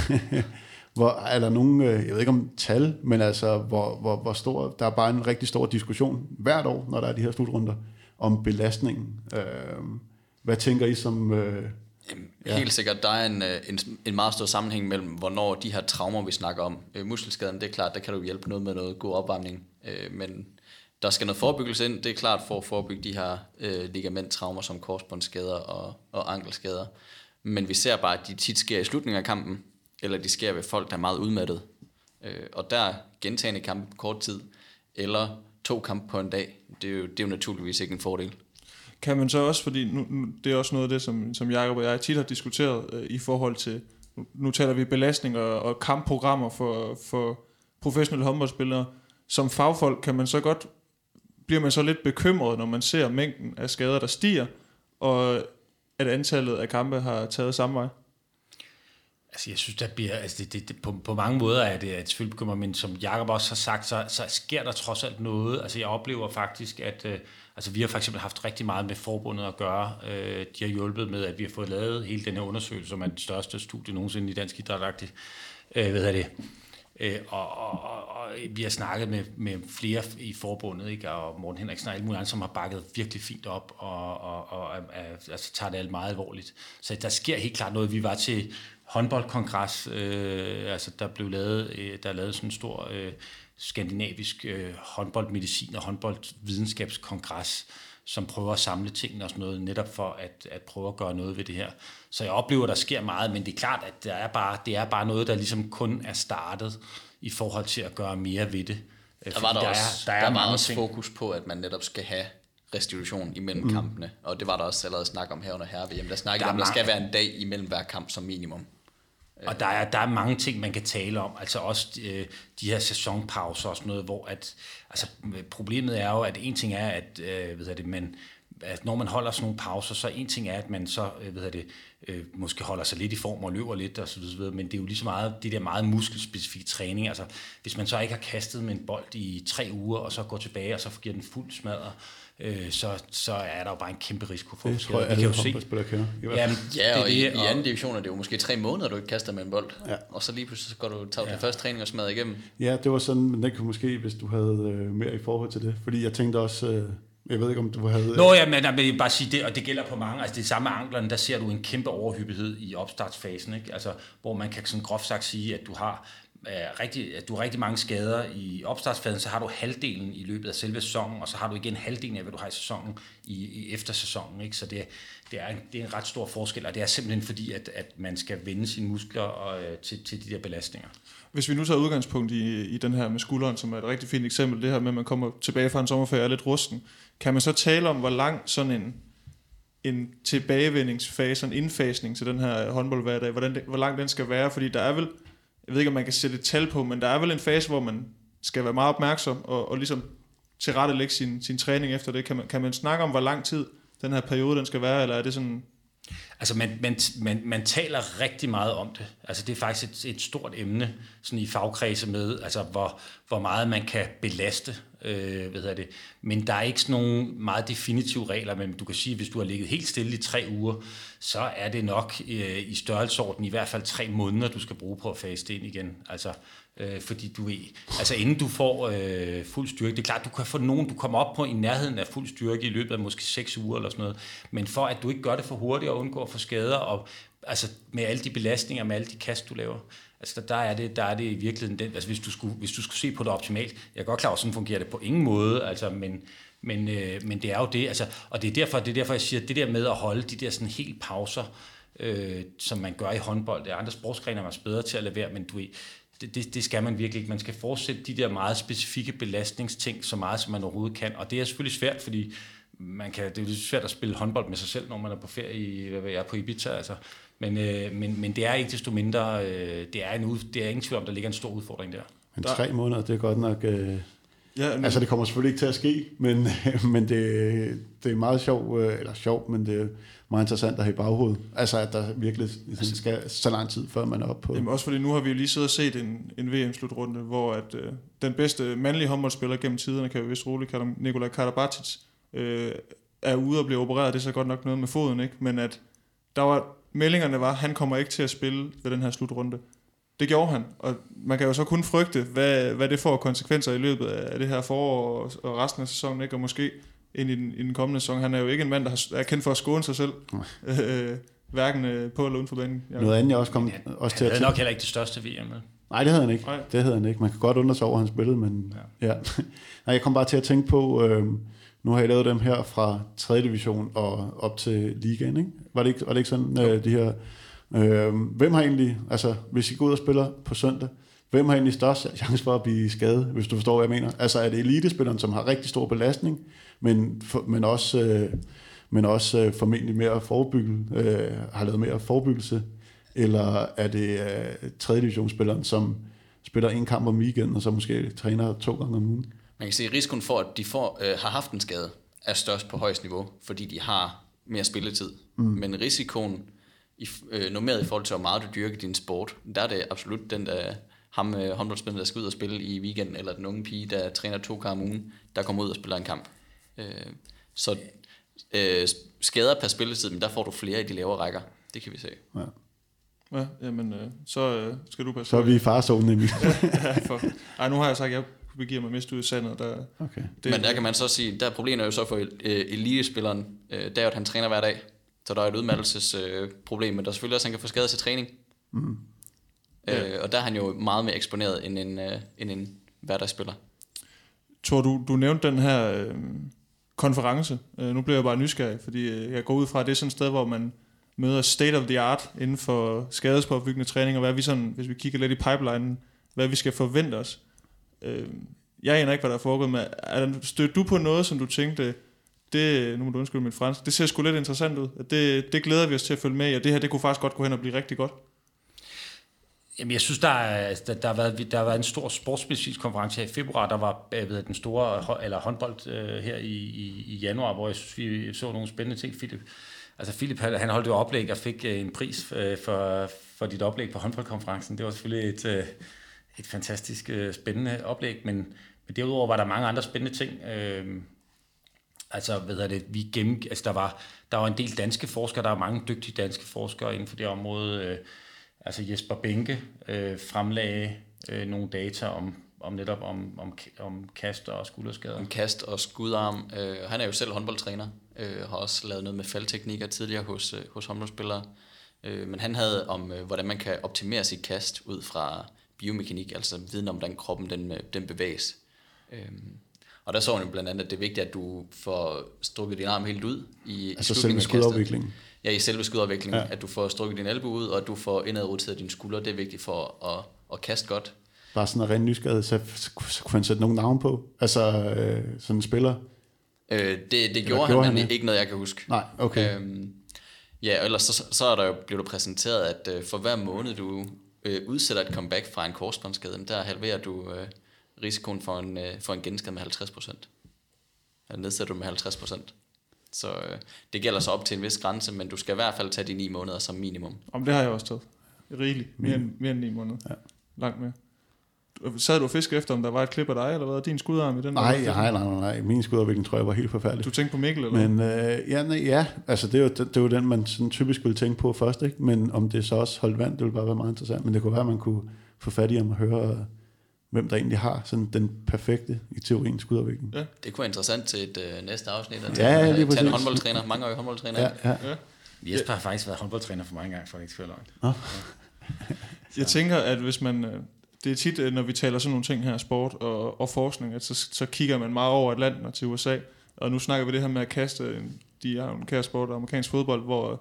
hvor er der nogen, jeg ved ikke om tal, men altså, hvor, hvor, hvor stor, der er bare en rigtig stor diskussion hvert år, når der er de her slutrunder, om belastningen. Øh, hvad tænker I som... Øh, ja. Helt sikkert, der er en, en, en meget stor sammenhæng mellem, hvornår de her traumer, vi snakker om, øh, muskelskaden, det er klart, der kan du hjælpe noget med noget god opvarmning, øh, men der skal noget forebyggelse ind, det er klart for at forebygge de her øh, ligamenttraumer som korsbåndsskader og, og ankelskader, men vi ser bare, at de tit sker i slutningen af kampen, eller de sker ved folk, der er meget udmattet. Øh, og der gentagende kampe på kort tid, eller to kampe på en dag, det er jo, det er jo naturligvis ikke en fordel. Kan man så også, fordi nu, nu, det er også noget af det, som, som Jakob og jeg tit har diskuteret øh, i forhold til, nu, nu taler vi belastning og, og kampprogrammer for, for professionelle håndboldspillere. Som fagfolk kan man så godt, bliver man så lidt bekymret, når man ser mængden af skader, der stiger, og at antallet af kampe har taget samme vej. Altså, jeg synes, der bliver, altså det, det, det, på, på mange måder er det et selvfølgelig bekymret, men som Jakob også har sagt, så, så sker der trods alt noget. Altså, jeg oplever faktisk, at øh, altså, vi har for eksempel haft rigtig meget med forbundet at gøre. Øh, de har hjulpet med, at vi har fået lavet hele den her undersøgelse, som er den største studie nogensinde i dansk idræt. Øh, hvad er det? Øh, og, og, og, og vi har snakket med, med flere i forbundet, ikke? Og Morten Henriksen og alle mulige andre, som har bakket virkelig fint op og, og, og altså, tager det alt meget alvorligt. Så der sker helt klart noget. Vi var til håndboldkongres, øh, altså der blev lavet, øh, der er lavet sådan en stor øh, skandinavisk øh, håndboldmedicin og håndboldvidenskabskongres, som prøver at samle tingene og sådan noget, netop for at, at prøve at gøre noget ved det her. Så jeg oplever, at der sker meget, men det er klart, at der er bare, det er bare noget, der ligesom kun er startet i forhold til at gøre mere ved det. Der var der, der, også, er, der, der er der var også fokus på, at man netop skal have restitution imellem mm. kampene, og det var der også allerede snak om her under herre-V M. Der snakkede om, der skal være en dag imellem hver kamp som minimum. Og der er, der er mange ting, man kan tale om, altså også øh, de her sæsonpauser og sådan noget, hvor at, altså problemet er jo, at en ting er, at, øh, ved jeg det, man, at når man holder sådan nogle pauser, så en ting er, at man så, øh, ved jeg det, øh, måske holder sig lidt i form og løber lidt og så videre, men det er jo lige så meget, det der meget muskelspecifikke træning, altså hvis man så ikke har kastet med en bold i tre uger, og så går tilbage, og så giver den fuld smadret, Øh, så, så er der jo bare en kæmpe risiko for det. Tror jeg, alle håndboldspillere kender. Jamen, ja, og det, i, i anden division er det jo måske tre måneder, du ikke kaster med en bold. Ja. Og så lige pludselig så går du tager ja. til første træning og smadrer igennem. Ja, det var sådan, men det kunne måske, hvis du havde øh, mere i forhold til det. Fordi jeg tænkte også, øh, jeg ved ikke om du havde... Øh... Nå ja, men jeg vil bare sige det, og det gælder på mange. Altså det samme med anklerne, der ser du en kæmpe overhyppighed i opstartsfasen, ikke? Altså, hvor man kan sådan groft sagt sige, at du har... Er rigtig, at du har rigtig mange skader i opstartsfasen, så har du halvdelen i løbet af selve sæsonen, og så har du igen halvdelen af, hvad du har i sæsonen i, i eftersæsonen. Ikke? Så det, det, er en, det er en ret stor forskel, og det er simpelthen fordi, at, at man skal vende sine muskler og, til, til de der belastninger. Hvis vi nu tager udgangspunkt i, i den her med skulderen, som er et rigtig fint eksempel, det her med, at man kommer tilbage fra en sommerferie og er lidt rusten, kan man så tale om, hvor lang sådan en, en tilbagevendingsfase, en indfasning til den her håndboldhverdag, hvordan det, hvor lang den skal være, fordi der er vel, jeg ved ikke, om man kan sætte et tal på, men der er vel en fase, hvor man skal være meget opmærksom og, og ligesom tilrettelægge sin, sin træning efter det. Kan man, kan man snakke om, hvor lang tid den her periode den skal være, eller er det sådan... Altså, man, man, man, man taler rigtig meget om det. Altså, det er faktisk et, et stort emne sådan i fagkredse med, altså, hvor, hvor meget man kan belaste. Øh, hvad hedder det. Men der er ikke sådan nogle meget definitive regler, men du kan sige, at hvis du har ligget helt stille i tre uger, så er det nok øh, i størrelsesorden i hvert fald tre måneder, du skal bruge på at faste ind igen. Altså, øh, fordi du er, altså inden du får øh, fuld styrke, det er klart, du kan få nogen, du kommer op på i nærheden af fuld styrke i løbet af måske seks uger eller sådan noget, men for at du ikke gør det for hurtigt og undgår at få skader, og altså med alle de belastninger, med alle de kast, du laver, altså der er det, der er det i virkeligheden, den, altså hvis du, skulle, hvis du skulle se på det optimalt, jeg er godt klar over, sådan fungerer det på ingen måde, altså, men, men, øh, men det er jo det, altså, og det er, derfor, det er derfor, jeg siger, at det der med at holde de der sådan helt pauser, øh, som man gør i håndbold, det er andre sportsgrene, man er bedre til at lade være, men du er, det, det, det skal man virkelig ikke. Man skal fortsætte de der meget specifikke belastningsting, så meget som man overhovedet kan, og det er selvfølgelig svært, fordi man kan, det er jo svært at spille håndbold med sig selv, når man er på ferie i, hvad ved jeg, på Ibiza, altså. Men, øh, men, men det er ikke desto mindre, øh, det, er en ud, det er ingen tvivl om, der ligger en stor udfordring der. Men tre måneder, det er godt nok... Øh, ja, men... Altså, det kommer selvfølgelig ikke til at ske, men, men det, det er meget sjovt, øh, eller sjovt, men det er meget interessant at have i baghovedet. Altså, at der virkelig altså, skal så lang tid, før man er oppe på... Jamen også fordi nu har vi jo lige siddet og set en, en V M-slutrunde, hvor at, øh, den bedste mandlige håndboldspiller gennem tiderne, kan vi vist roligt kalde ham, Nikola Karabatic, øh, er ude og blive opereret. Det er så godt nok noget med foden, ikke? Men at der var... Meldingerne var, at han kommer ikke til at spille ved den her slutrunde. Det gjorde han, og man kan jo så kun frygte, hvad, hvad det får konsekvenser i løbet af det her forår og, og resten af sæsonen, ikke? Og måske ind i den, i den kommende sæson. Han er jo ikke en mand, der har, er kendt for at skåne sig selv, øh, hverken på eller uden for banen. Ja. Noget andet, jeg også kom han, også han til at havde nok heller ikke det største V M. Nej, det havde han ikke. Nej. Det havde han ikke. Man kan godt undre sig over hans billede, men ja. ja. Nej, jeg kom bare til at tænke på, øh, nu har jeg lavet dem her fra tredje division og op til ligaen, ikke? Var det ikke, var det ikke sådan, øh, de her... Øh, hvem har egentlig, altså hvis I går ud og spiller på søndag, hvem har egentlig størst chance for at blive skadet, hvis du forstår, hvad jeg mener? Altså er det elitespilleren, som har rigtig stor belastning, men, for, men også, øh, men også øh, formentlig mere forebygge, øh, har lavet mere forebyggelse, eller er det øh, tredje divisionsspilleren, som spiller en kamp om weekenden, og så måske træner to gange om ugen? Man kan se, at risikoen for, at de får, øh, har haft en skade, er størst på højst niveau, fordi de har mere spilletid. Mm. Men risikoen, i, øh, normeret i forhold til, hvor meget du dyrker din sport, der er det absolut den, der ham øh, håndboldspilleren, der skal ud og spille i weekenden, eller den unge pige, der træner to gange om ugen, der kommer ud og spiller en kamp. Øh, så øh, skader per spilletid, men der får du flere i de lavere rækker. Det kan vi se. Ja. Ja, jamen, øh, så øh, skal du passe. Så er vi i farzonen nemlig. ja, for, ej, nu har jeg sagt, at jeg begiver mig mest ud i sandet. Der, okay. det, men der kan man så sige, der er problemet er jo så for øh, elitespilleren, øh, der er jo, at han træner hver dag. Så der er et udmattelsesproblem, øh, men der er selvfølgelig også, at han kan få skadet til træning. Mm. Øh, ja. Og der er han jo meget mere eksponeret end en, øh, end en hverdagsspiller. Tror du, du nævnte den her øh, konference. Øh, nu bliver jeg bare nysgerrig, fordi øh, jeg går ud fra, at det er sådan et sted, hvor man møder state of the art inden for skadespåbyggende træning, og hvad vi sådan, hvis vi kigger lidt i pipelinen, hvad vi skal forvente os. Øh, jeg aner ikke, hvad der er foregået med. Er der, stødte du på noget, som du tænkte, det, nu må du undskylde mit fransk, det ser sgu lidt interessant ud. Det, det glæder vi os til at følge med i, og det her, det kunne faktisk godt gå hen og blive rigtig godt. Jamen, jeg synes, der, er, der, der, har været, der har været en stor sportsspecifisk konference her i februar. Der var ved, den store eller håndbold øh, her i, i, i januar, hvor jeg synes, vi så nogle spændende ting. Philip, altså Philip, han holdt jo oplæg og fik en pris øh, for, for dit oplæg på håndboldkonferencen. Det var selvfølgelig et, øh, et fantastisk øh, spændende oplæg, men, men derudover var der mange andre spændende ting. Øh, altså, hvad hedder det, vi gennem, altså der var, der var en del danske forskere, der var mange dygtige danske forskere inden for det område. Øh, Altså Jesper Benke øh, fremlagde øh, nogle data om, om netop om, om, om kast og skulderskader. Om kast og skudarm. Øh, han er jo selv håndboldtræner, øh, har også lavet noget med faldteknikker tidligere hos, øh, hos håndboldspillere. Øh, men han havde om, øh, hvordan man kan optimere sit kast ud fra biomekanik, altså viden om, hvordan kroppen den, den bevæges. Øh, og der så han jo blandt andet, at det er vigtigt, at du får strukket din arm helt ud i, altså i slutningen af selve skudafviklingen. Ja, i selve skudafviklingen, ja. At du får strukket din albue ud, og at du får indadroteret dine skuldre. Det er vigtigt for at, at kaste godt. Bare sådan en ren nysgerrighed, så, så, så kunne han sætte nogle navn på? Altså øh, sådan en spiller? Øh, det det gjorde, gjorde han, men han, ikke noget, jeg kan huske. Nej, okay. Øhm, ja, ellers så, så er der jo blevet præsenteret, at øh, for hver måned, du øh, udsætter et comeback fra en korsbåndsskade, der halverer du øh, risikoen for en, øh, for en genskade med halvtreds procent. Eller nedsætter du med halvtreds procent. Så øh, det gælder så op til en vis grænse, men du skal i hvert fald tage de ni måneder som minimum. Om det har jeg også taget. Rigeligt. Mere, end, mere end ni måneder. Ja. Langt mere. Sad du og fiskede efter, om der var et klip af dig, eller hvad? Din skudarm i den? Nej, jeg har, nej, nej, nej. Min skudafvikling tror jeg var helt forfærdelig. Du tænkte på Mikkel, eller Men øh, ja, nej, ja, altså det er, jo, det, det er jo den, man sådan typisk ville tænke på først, ikke? Men om det så også holdt vand, det ville bare være meget interessant. Men det kunne være, at man kunne få fat i ham og høre, hvem der egentlig har sådan den perfekte, i teorien, skudafvikling. Ja. Det kunne være interessant til et øh, næste afsnit, at ja, tage, lige tage en håndboldtræner, mange år håndboldtræner. Ja, ja. Ja. Jesper har faktisk været håndboldtræner for mange gange, for det ikke skal være løgn. Jeg tænker, at hvis man... Det er tit, når vi taler sådan nogle ting her, sport og, og forskning, at så, så kigger man meget over Atlanten og til U S A. Og nu snakker vi det her med at kaste, de har en kære sport og amerikansk fodbold, hvor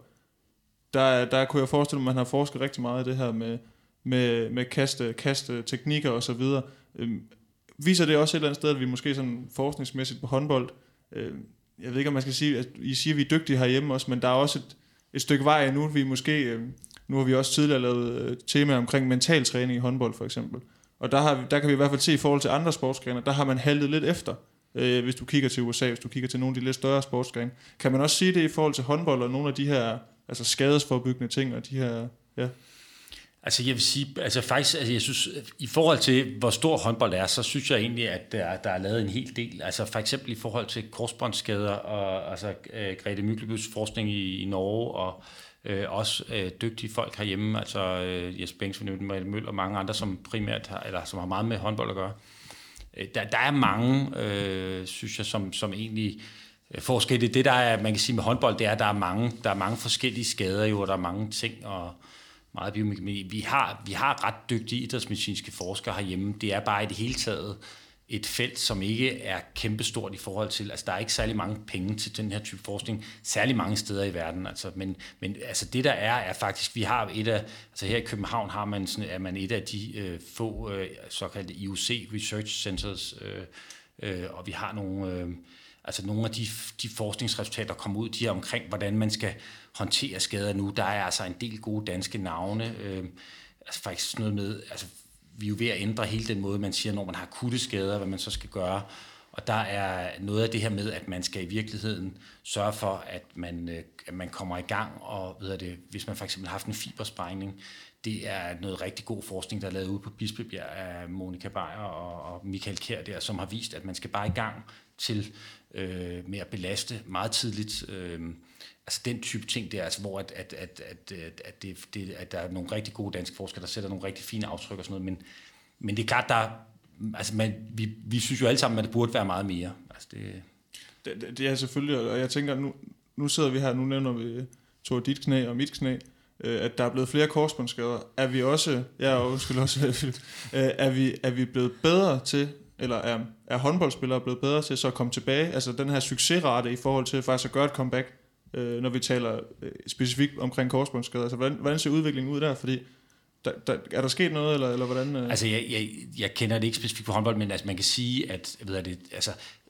der, der kunne jeg forestille mig, at man har forsket rigtig meget i det her med, med, med kaste, kaste teknikker og så videre. Øhm, viser det også et eller andet sted, at vi måske sådan forskningsmæssigt på håndbold, øhm, jeg ved ikke, om man skal sige, at I siger, at vi er dygtige herhjemme også, men der er også et, et stykke vej nu, vi måske... Øhm, Nu har vi også tidligere lavet tema omkring mental træning i håndbold for eksempel. Og der, har vi, der kan vi i hvert fald se i forhold til andre sportsgrene, der har man haltet lidt efter, øh, hvis du kigger til U S A, hvis du kigger til nogle af de lidt større sportsgrene. Kan man også sige det i forhold til håndbold og nogle af de her altså skadesforbyggende ting og de her... Ja. Altså jeg vil sige, altså faktisk, altså jeg synes, i forhold til hvor stor håndbold er, så synes jeg egentlig, at der, der er lavet en hel del. Altså for eksempel i forhold til korsbåndsskader og altså uh, Grete Myklebys forskning i, i Norge og Øh, også øh, dygtige folk herhjemme, altså øh, Jesper Bengtsson, Marielle Møller og mange andre, som primært har, eller som har meget med håndbold at gøre. Øh, der, der er mange, øh, synes jeg, som, som egentlig øh, forskellige. Det der er, man kan sige med håndbold, det er, at der er mange, der er mange forskellige skader, jo, og der er mange ting og meget biomekanik. Vi har, vi har ret dygtige idrætsmedicinske forskere herhjemme. Det er bare i det hele taget et felt, som ikke er kæmpestort i forhold til, altså der er ikke særlig mange penge til den her type forskning, særlig mange steder i verden, altså, men, men altså det der er, er faktisk, vi har et af, altså her i København har man sådan, er man et af de øh, få øh, såkaldte I O C Research Centers, øh, øh, og vi har nogle, øh, altså nogle af de, de forskningsresultater, der kommer ud, de er omkring, hvordan man skal håndtere skader nu. Der er altså en del gode danske navne, øh, altså faktisk sådan noget med, altså vi er jo ved at ændre hele den måde, man siger, når man har akutte skader, hvad man så skal gøre. Og der er noget af det her med, at man skal i virkeligheden sørge for, at man, at man kommer i gang, og ved det, hvis man for eksempel har haft en fibersprængning, det er noget rigtig god forskning, der er lavet ude på Bispebjerg af Monika Beyer og, og Michael Kjær der, som har vist, at man skal bare i gang til øh, med at belaste meget tidligt. Øh, altså den type ting der, altså hvor at, at, at, at, at, det, det, at der er nogle rigtig gode danske forskere, der sætter nogle rigtig fine aftryk og sådan noget, men, men det er klart, der altså man, vi, vi synes jo alle sammen, at det burde være meget mere. Altså det... Det, det, det er selvfølgelig, og jeg tænker, nu, nu sidder vi her, nu nævner vi Thor dit knæ og mit knæ, at der er blevet flere korsbåndsskader. Er vi også, ja, undskyld også, er vi, er vi blevet bedre til, eller er, er håndboldspillere blevet bedre til så at komme tilbage, altså den her succesrate i forhold til faktisk at gøre et comeback, når vi taler specifikt omkring korsbåndsskader. Altså hvordan, hvordan ser udviklingen ud der, fordi der, der, er der sket noget, eller, eller hvordan? Altså jeg, jeg, jeg kender det ikke specifikt på håndbold, men altså man kan sige, at ved jeg det, altså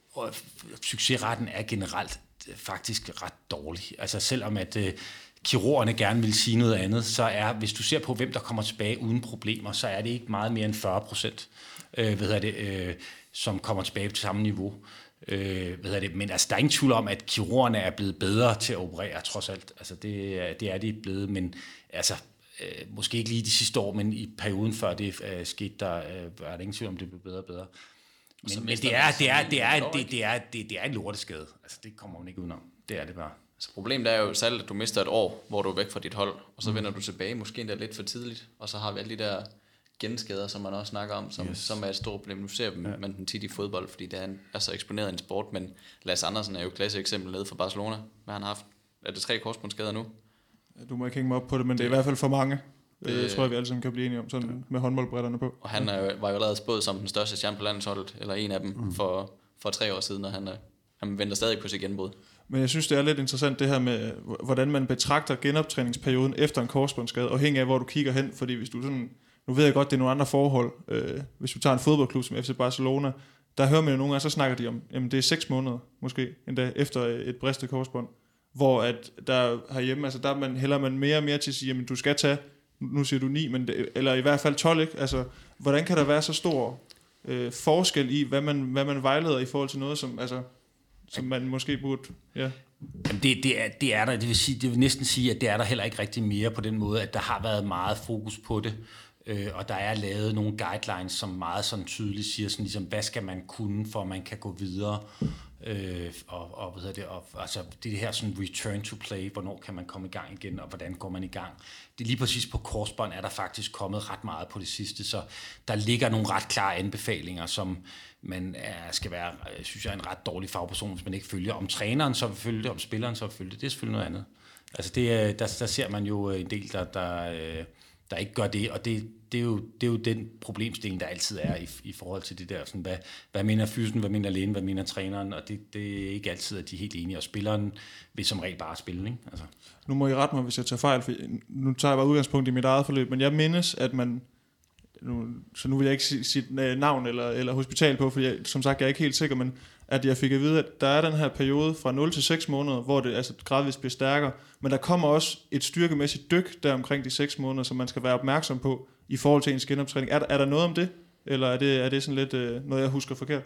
succesraten er generelt faktisk ret dårlig. Altså selvom at øh, kirurgerne gerne vil sige noget andet, så er, hvis du ser på, hvem der kommer tilbage uden problemer, så er det ikke meget mere end fyrre procent, øh, ved jeg det, øh, som kommer tilbage på samme niveau. Øh, ved jeg det. Men altså, der er ingen tvivl om, at kirurgerne er blevet bedre til at operere, trods alt. Altså, det, det er de blevet, men altså, øh, måske ikke lige de sidste år, men i perioden før det øh, skete, der øh, er der ingen tvivl om, det blev bedre og bedre. Men, men det, er, det, er, det, er, det, det, er, det, det er en lorteskade. Altså, det kommer man ikke udenom. Det er det bare. Så problemet er jo særligt, at du mister et år, hvor du er væk fra dit hold, og så mm. vender du tilbage, måske endda lidt for tidligt, og så har vi alle de der genskader, som man også snakker om, som, yes. som er et stort problem. Nu ser ja. man den tit i fodbold, fordi det er, en, er så eksponeret en sport, men Lass Andersen er jo et klasse eksempel nede fra Barcelona, hvad han har haft. Er det tre korsbåndsskader nu? Du må ikke hænge mig op på det, men det, det er i hvert fald for mange. Det, det tror jeg, vi alle sammen kan blive enige om, sådan ja. med håndboldbrætterne på. Og han er, var jo allerede spået som den største stjerne på landsholdet, eller en af dem, mm. for, for tre år siden, og han, er, han venter stadig på sit genbrud. Men jeg synes, det er lidt interessant det her med, hvordan man betragter genoptræningsperioden efter en korsbåndsskade, afhængig af, hvor du kigger hen, fordi hvis du sådan... Nu ved jeg godt, det er nogle andre forhold. Øh, hvis du tager en fodboldklub som F C Barcelona, der hører man jo nogle gange, så snakker de om, jamen det er seks måneder, måske, endda efter et bristet korsbånd. Hvor at der herhjemme, altså der man, hælder man mere og mere til at sige, jamen du skal tage, nu siger du ni, men det, eller i hvert fald tolv, ikke? Altså, hvordan kan der være så stor øh, forskel i, hvad man, hvad man vejleder i forhold til noget, som, altså, som man måske burde, ja. Jamen det, det, er, det er der, det vil, sige, det vil næsten sige, at det er der heller ikke rigtig mere på den måde, at der har været meget fokus på det, øh, og der er lavet nogle guidelines, som meget sådan tydeligt siger, sådan ligesom, hvad skal man kunne, for at man kan gå videre, øh, og, og, hvad hedder det, og altså det her sådan return to play, hvornår kan man komme i gang igen, og hvordan går man i gang. Det er lige præcis på korsbånd er der faktisk kommet ret meget på det sidste, så der ligger nogle ret klare anbefalinger, som man er, skal være, synes jeg, en ret dårlig fagperson, hvis man ikke følger. Om træneren så vil følge det, om spilleren så vil følge det, det er selvfølgelig noget andet. Altså det, der, der ser man jo en del, der, der, der ikke gør det, og det, det, er jo, det er jo den problemstilling, der altid er i, i forhold til det der, sådan, hvad, hvad mener fysen, hvad mener lægen, hvad mener træneren, og det, det er ikke altid, at de er helt enige, og spilleren vil som regel bare spille, ikke? Altså. Nu må I rette mig, hvis jeg tager fejl, for nu tager jeg bare udgangspunkt i mit eget forløb, men jeg mindes, at man, nu, så nu vil jeg ikke sige sit navn eller, eller hospital på, for jeg, som sagt, jeg er ikke helt sikker, men at jeg fik at vide, at der er den her periode fra nul til seks måneder, hvor det altså gradvist bliver stærkere, men der kommer også et styrkemæssigt dyk der omkring de seks måneder, som man skal være opmærksom på i forhold til ens genoptræning. Er, er der noget om det, eller er det, er det sådan lidt øh, noget, jeg husker forkert?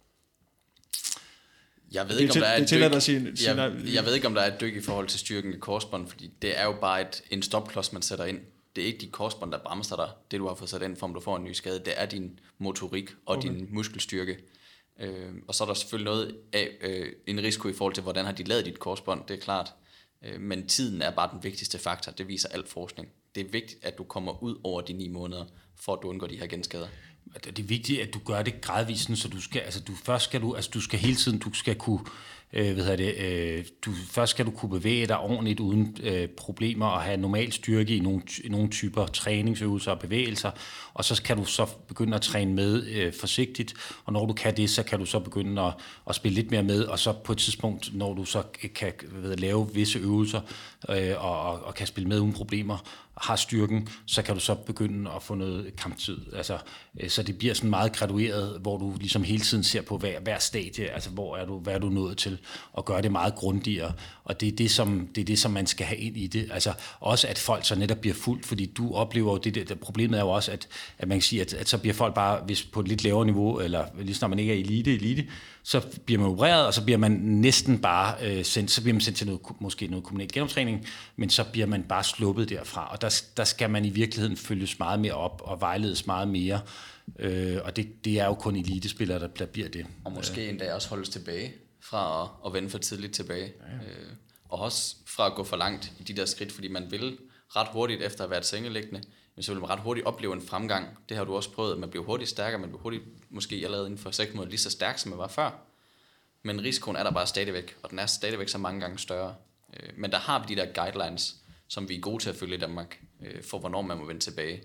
Jeg ved, ikke, om der er et dyk, at sige, sige, jeg, jeg ved ikke, om der er et dyk i forhold til styrken i korsbånd, fordi det er jo bare et, en stopklods, man sætter ind. Det er ikke de korsbånd, der bremser dig, det du har fået sat ind, for om du får en ny skade. Det er din motorik og okay. din muskelstyrke. Øh, og så er der selvfølgelig noget af øh, en risiko i forhold til, hvordan har de lavet dit korsbånd, det er klart. Øh, men tiden er bare den vigtigste faktor, det viser al forskning. Det er vigtigt, at du kommer ud over de ni måneder, for at du undgår de her genskader. Det er vigtigt, at du gør det gradvist, så du skal, altså du først skal du, altså du skal hele tiden, du skal kunne, øh, hvad hedder det, øh, du først skal du kunne bevæge dig ordentligt uden øh, problemer og have normal styrke i nogle, i nogle typer træningsøvelser og bevægelser, og så kan du så begynde at træne med øh, forsigtigt, og når du kan det, så kan du så begynde at, at spille lidt mere med, og så på et tidspunkt, når du så kan ved, lave visse øvelser øh, og, og kan spille med uden problemer, har styrken, så kan du så begynde at få noget kamptid. Altså, så det bliver sådan meget gradueret, hvor du ligesom hele tiden ser på hver, hver stadie, altså hvor er du, hvad er du nået til, og gøre det meget grundigere. Og det er det, som, det er det, som man skal have ind i det. Altså også, at folk så netop bliver fuldt, fordi du oplever jo det, det problemet er jo også, at, at man kan sige, at, at så bliver folk bare, hvis på et lidt lavere niveau, eller lige når man ikke er elite, elite, så bliver man opereret, og så bliver man næsten bare øh, sendt, så bliver man sendt til noget, måske noget kommunal genoptræning, men så bliver man bare sluppet derfra, og der, der skal man i virkeligheden følges meget mere op, og vejledes meget mere, øh, og det, det er jo kun elitespillere, der, der bliver det. Og måske endda også holdes tilbage fra at, at vende for tidligt tilbage, ja, ja. Øh, og også fra at gå for langt i de der skridt, fordi man vil ret hurtigt efter at have været sengeliggende, men så vil man ret hurtigt opleve en fremgang. Det har du også prøvet, at man bliver hurtigt stærkere, man bliver hurtigt måske allerede inden for seks måneder lige så stærk, som man var før. Men risikoen er der bare stadigvæk, og den er stadigvæk så mange gange større. Men der har vi de der guidelines, som vi er gode til at følge i Danmark, for hvornår man må vende tilbage.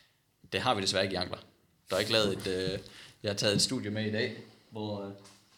Det har vi desværre ikke i ankler. Der er ikke lavet et, jeg har taget et studie med i dag, hvor,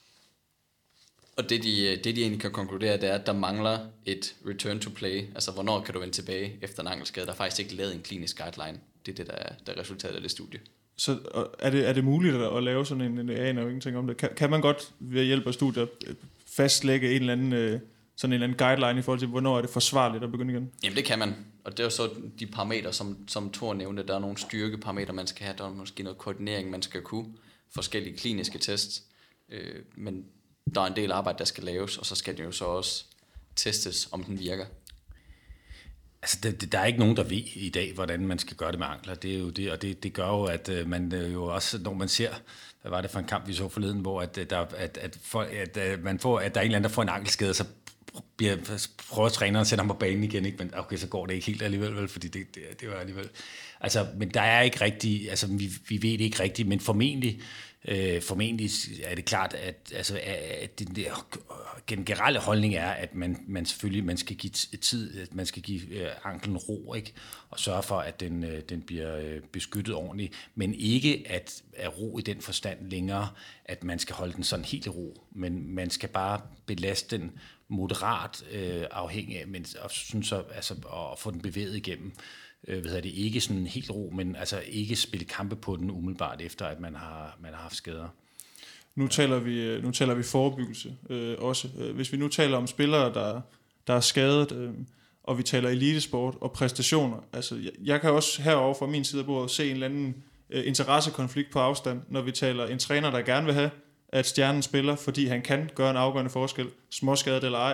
og det de, det de egentlig kan konkludere, det er, at der mangler et return to play, altså hvornår kan du vende tilbage efter en ankelskade. Der er faktisk ikke lavet en klinisk guideline. Det er det, der er, der er resultatet af det studie. Så er det, er det muligt at lave sådan en, jeg aner jo ingenting om det, kan, kan man godt ved hjælp af studier fastlægge en eller anden, sådan en eller anden guideline i forhold til, hvornår er det forsvarligt at begynde igen? Jamen det kan man, og det er jo så de parametre, som, som Thor nævnte, der er nogle styrkeparametre, man skal have, der er måske noget koordinering, man skal kunne, forskellige kliniske tests, øh, men der er en del arbejde, der skal laves, og så skal det jo så også testes, om den virker. Altså, det, det, der er ikke nogen, der ved i dag, hvordan man skal gøre det med ankler. Det er jo det, og det, det gør jo, at øh, man øh, jo også, når man ser, hvad var det for en kamp, vi så forleden, hvor at, der, at, at, for, at, at man får, at der er en eller anden, der får en ankelskade, så bliver, prøver træneren at sætte ham på banen igen, ikke? Men okay, så går det ikke helt alligevel, vel, fordi det, det, det var alligevel. Altså, men der er ikke rigtig, altså vi, vi ved det ikke rigtigt, men formentlig, øh, formentlig er det klart, at, altså, at den der generelle holdning er, at man, man selvfølgelig man skal give tid, at man skal give øh, anklen ro, ikke? Og sørge for, at den, øh, den bliver øh, beskyttet ordentligt, men ikke at, at ro i den forstand længere, at man skal holde den sådan helt i ro, men man skal bare belaste den moderat øh, afhængig af, men og synes så, altså, at få den bevæget igennem. Øh, hvad hedder det, ikke sådan helt ro, men altså ikke spille kampe på den umiddelbart efter, at man har, man har haft skader. Nu taler vi, nu taler vi forebyggelse øh, også. Hvis vi nu taler om spillere, der, der er skadet, øh, og vi taler elitesport og præstationer, altså jeg, jeg kan også herovre fra min side af bordet se en eller anden øh, interessekonflikt på afstand, når vi taler en træner, der gerne vil have, at stjernen spiller, fordi han kan gøre en afgørende forskel, småskadet eller ej,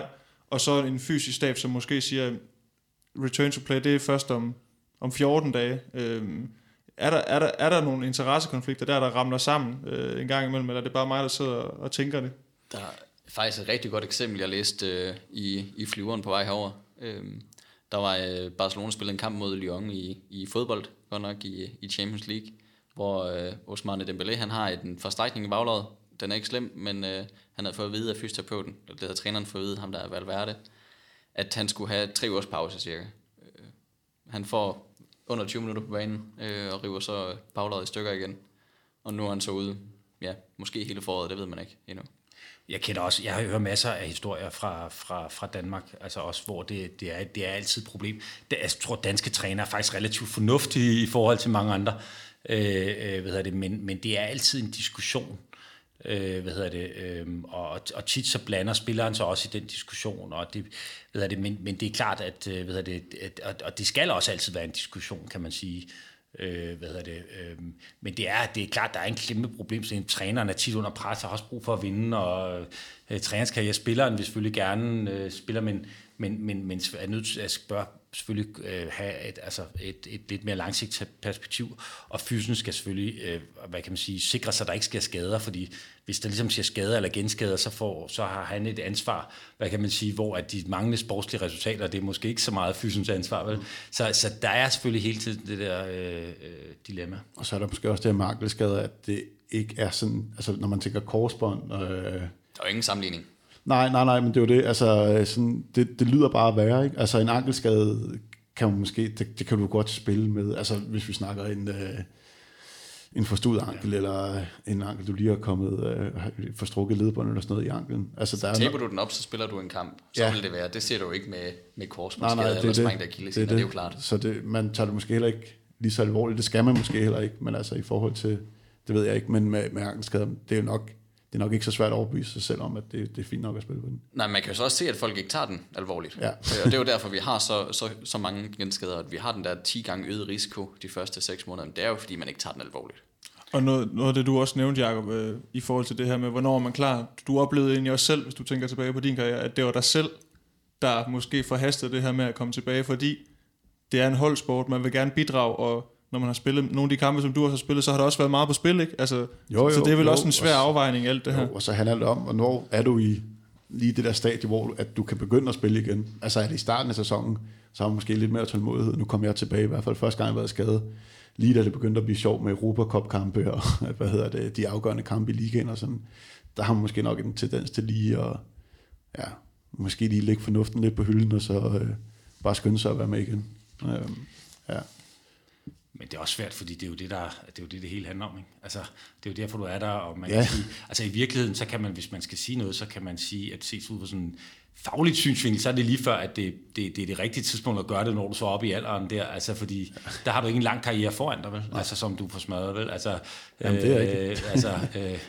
og så en fysisk stab, som måske siger, return to play, det er først om, om fjorten dage. Øhm, er, der, er, der, er der nogle interessekonflikter der, der ramler sammen øh, en gang imellem, eller er det bare mig, der sidder og tænker det? Der er faktisk et rigtig godt eksempel, jeg læste øh, i, i flyveren på vej herover. Øhm, der var øh, Barcelona spillet en kamp mod Lyon i, i fodbold, godt nok i, i Champions League, hvor øh, Ousmane Dembélé, han har en forstrækning i baglåret. Den er ikke slem, men øh, han havde fået at vide af fysioterapeuten, eller det havde træneren fået at vide, ham der er Valverde, at han skulle have tre ugers pause cirka. Øh, han får under tyve minutter på banen, øh, og river så baglåret i stykker igen. Og nu er han så ude, ja, måske hele foråret, det ved man ikke endnu. Jeg kender også, jeg har hørt masser af historier fra, fra, fra Danmark, altså også hvor det, det, er, det er altid et problem. Det, jeg tror, danske trænere er faktisk relativt fornuftige i forhold til mange andre, øh, hvad hedder det, men, men det er altid en diskussion. Øh, hvad hedder det, øh, og, og tit så blander spilleren så også i den diskussion, og det, hvad hedder det, men, men det er klart, at, hvad hedder det, at, og, og det skal også altid være en diskussion, kan man sige. Øh, hvad hedder det, øh, men det er, det er klart, der er en kæmpe problem, så en træneren er tit under pres, har også brug for at vinde, og øh, træneren kan, jeg spilleren vil selvfølgelig gerne øh, spiller, men, men, men, men er nødt til at spørge, selvfølgelig øh, have et, altså et, et lidt mere langsigtet perspektiv, og fysen skal selvfølgelig, øh, hvad kan man sige, sikre sig, at der ikke sker skader, fordi hvis der ligesom sker skader eller genskader, så, får, så har han et ansvar, hvad kan man sige, hvor at de manglende sportslige resultater, det er måske ikke så meget fysens ansvar, vel? Mm. Så, så der er selvfølgelig hele tiden det der øh, øh, dilemma. Og så er der måske også det her markedsskader, at det ikke er sådan, altså når man tænker korsbånd. Øh, der er jo ingen sammenligning. Nej, nej, nej, men det er jo det, altså sådan, det, det lyder bare værre, ikke? Altså en ankelskade kan man måske, det, det kan du godt spille med, altså hvis vi snakker en, øh, en forstuet ankel, ja. Eller en ankel, du lige har kommet, øh, forstrukket ledbånd eller sådan noget i anklen. Altså, der taber er du den op, så spiller du en kamp, så ja. vil det være, det ser du jo ikke med, med det korsbåndsskade eller sprængte akillessener, det, det, det er jo klart. Så det, man tager det måske heller ikke lige så alvorligt, det skal man måske heller ikke, men altså i forhold til, det ved jeg ikke, men med, med ankelskader, det er jo nok, det er nok ikke så svært at overbevise sig selv om, at det, det er fint nok at spille på den. Nej, man kan jo så også se, at folk ikke tager den alvorligt. Ja. Og det er jo derfor, vi har så, så, så mange genskader, at vi har den der ti gange øget risiko de første seks måneder. Det er jo, fordi man ikke tager den alvorligt. Og noget, noget af det, du også nævnte, Jacob, øh, i forhold til det her med, hvornår er man klar. Du oplevede egentlig også selv, hvis du tænker tilbage på din karriere, at det var dig selv, der måske forhastede det her med at komme tilbage, fordi det er en holdsport, man vil gerne bidrage, og når man har spillet nogle af de kampe, som du også har spillet, så har der også været meget på spil, ikke? Altså, jo, jo, så det er vel jo, også en svær og, afvejning, alt det her. Jo, og så handler det om, hvornår er du i lige det der stadie, hvor at du kan begynde at spille igen. Altså er det i starten af sæsonen, så har man måske lidt mere tålmodighed. Nu kommer jeg tilbage, i hvert fald første gang jeg har været skadet. Lige da det begyndte at blive sjovt med Europa Cup-kampe og hvad hedder det, de afgørende kampe i ligaen og sådan, der har man måske nok en tendens til lige at ja, måske lige lægge fornuften lidt på hylden, og så øh, bare skynde sig at være med igen. Øh, ja. Men det er også svært, fordi det er jo det, der, det er jo det, det hele handler om. Ikke? Altså, det er jo derfor, du er der, og man ja. kan sige, altså i virkeligheden, så kan man, hvis man skal sige noget, så kan man sige, at ses ud fra sådan en fagligt synsvinkel, så er det lige før, at det, det, det er det rigtige tidspunkt at gøre det, når du så er oppe i alderen der, altså fordi, der har du ikke en lang karriere foran dig, vel? Altså som du får smadret, vel? Altså, Jamen, det er øh, rigtigt. altså, øh,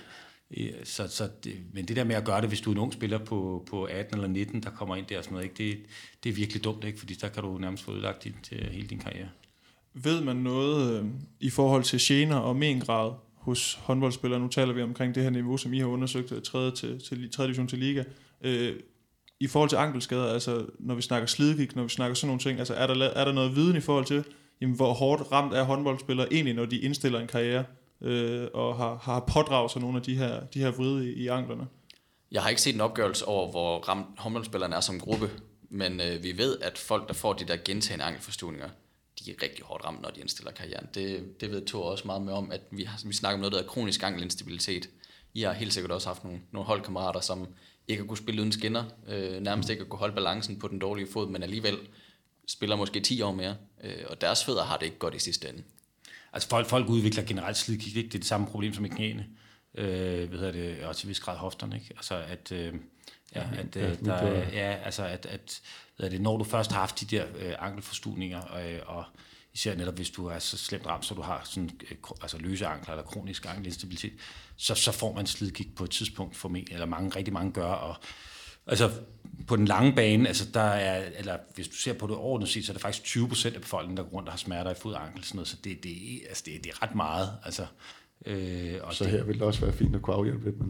så, så det, men det der med at gøre det, hvis du er en ung spiller på, på atten eller nitten, der kommer ind der og sådan noget, ikke? Det, det er virkelig dumt, ikke? Fordi der kan du nærmest få udlagt dit, hele din karriere. Ved man noget øh, i forhold til gener og mengrad hos håndboldspillere? Nu taler vi omkring det her niveau, som I har undersøgt, tredje, til, til, tredje division til liga. Øh, I forhold til ankelskader, altså når vi snakker slidgigt, når vi snakker sådan nogle ting, altså er der, er der noget viden i forhold til, jamen, hvor hårdt ramt er håndboldspillere egentlig, når de indstiller en karriere øh, og har, har pådraget sig nogle af de her, de her vride i, i anklerne? Jeg har ikke set en opgørelse over, hvor ramt håndboldspillerne er som gruppe, men øh, vi ved, at folk, der får de der gentagne ankelforstuvninger, de er rigtig hårdt ramt, når de indstiller karrieren. Det, det ved Thor også meget med om, at vi, har, vi snakker om noget, der er kronisk ankelinstabilitet. I har helt sikkert også haft nogle, nogle holdkammerater, som ikke har kunne spille uden skinner, øh, nærmest ikke har kunne holde balancen på den dårlige fod, men alligevel spiller måske ti år mere, øh, og deres fødder har det ikke godt i sidste ende. Altså folk, folk udvikler generelt slidgigt, ikke? Det er det samme problem som i knæene, øh, hvad hedder det, og til vis grad hofterne, ikke? Altså at, øh, ja, at, øh, der, er, ja, altså at, at hvad det, når du først har haft de der øh, ankelforstuvninger, øh, og især netop hvis du er så slemt ramt, så du har sådan, øh, altså løse ankler eller kronisk ankelinstabilitet, så, så får man slidgigt på et tidspunkt formentlig, eller mange, rigtig mange gør, og altså på den lange bane, altså der er, eller hvis du ser på det overordnet set, så er det faktisk tyve procent af befolkningen, der går rundt og har smerter i fod og ankel, sådan noget, så det, det, altså det, det er ret meget, altså. Øh, og så det, her vil det også være fint at kunne afhjælpe lidt med noget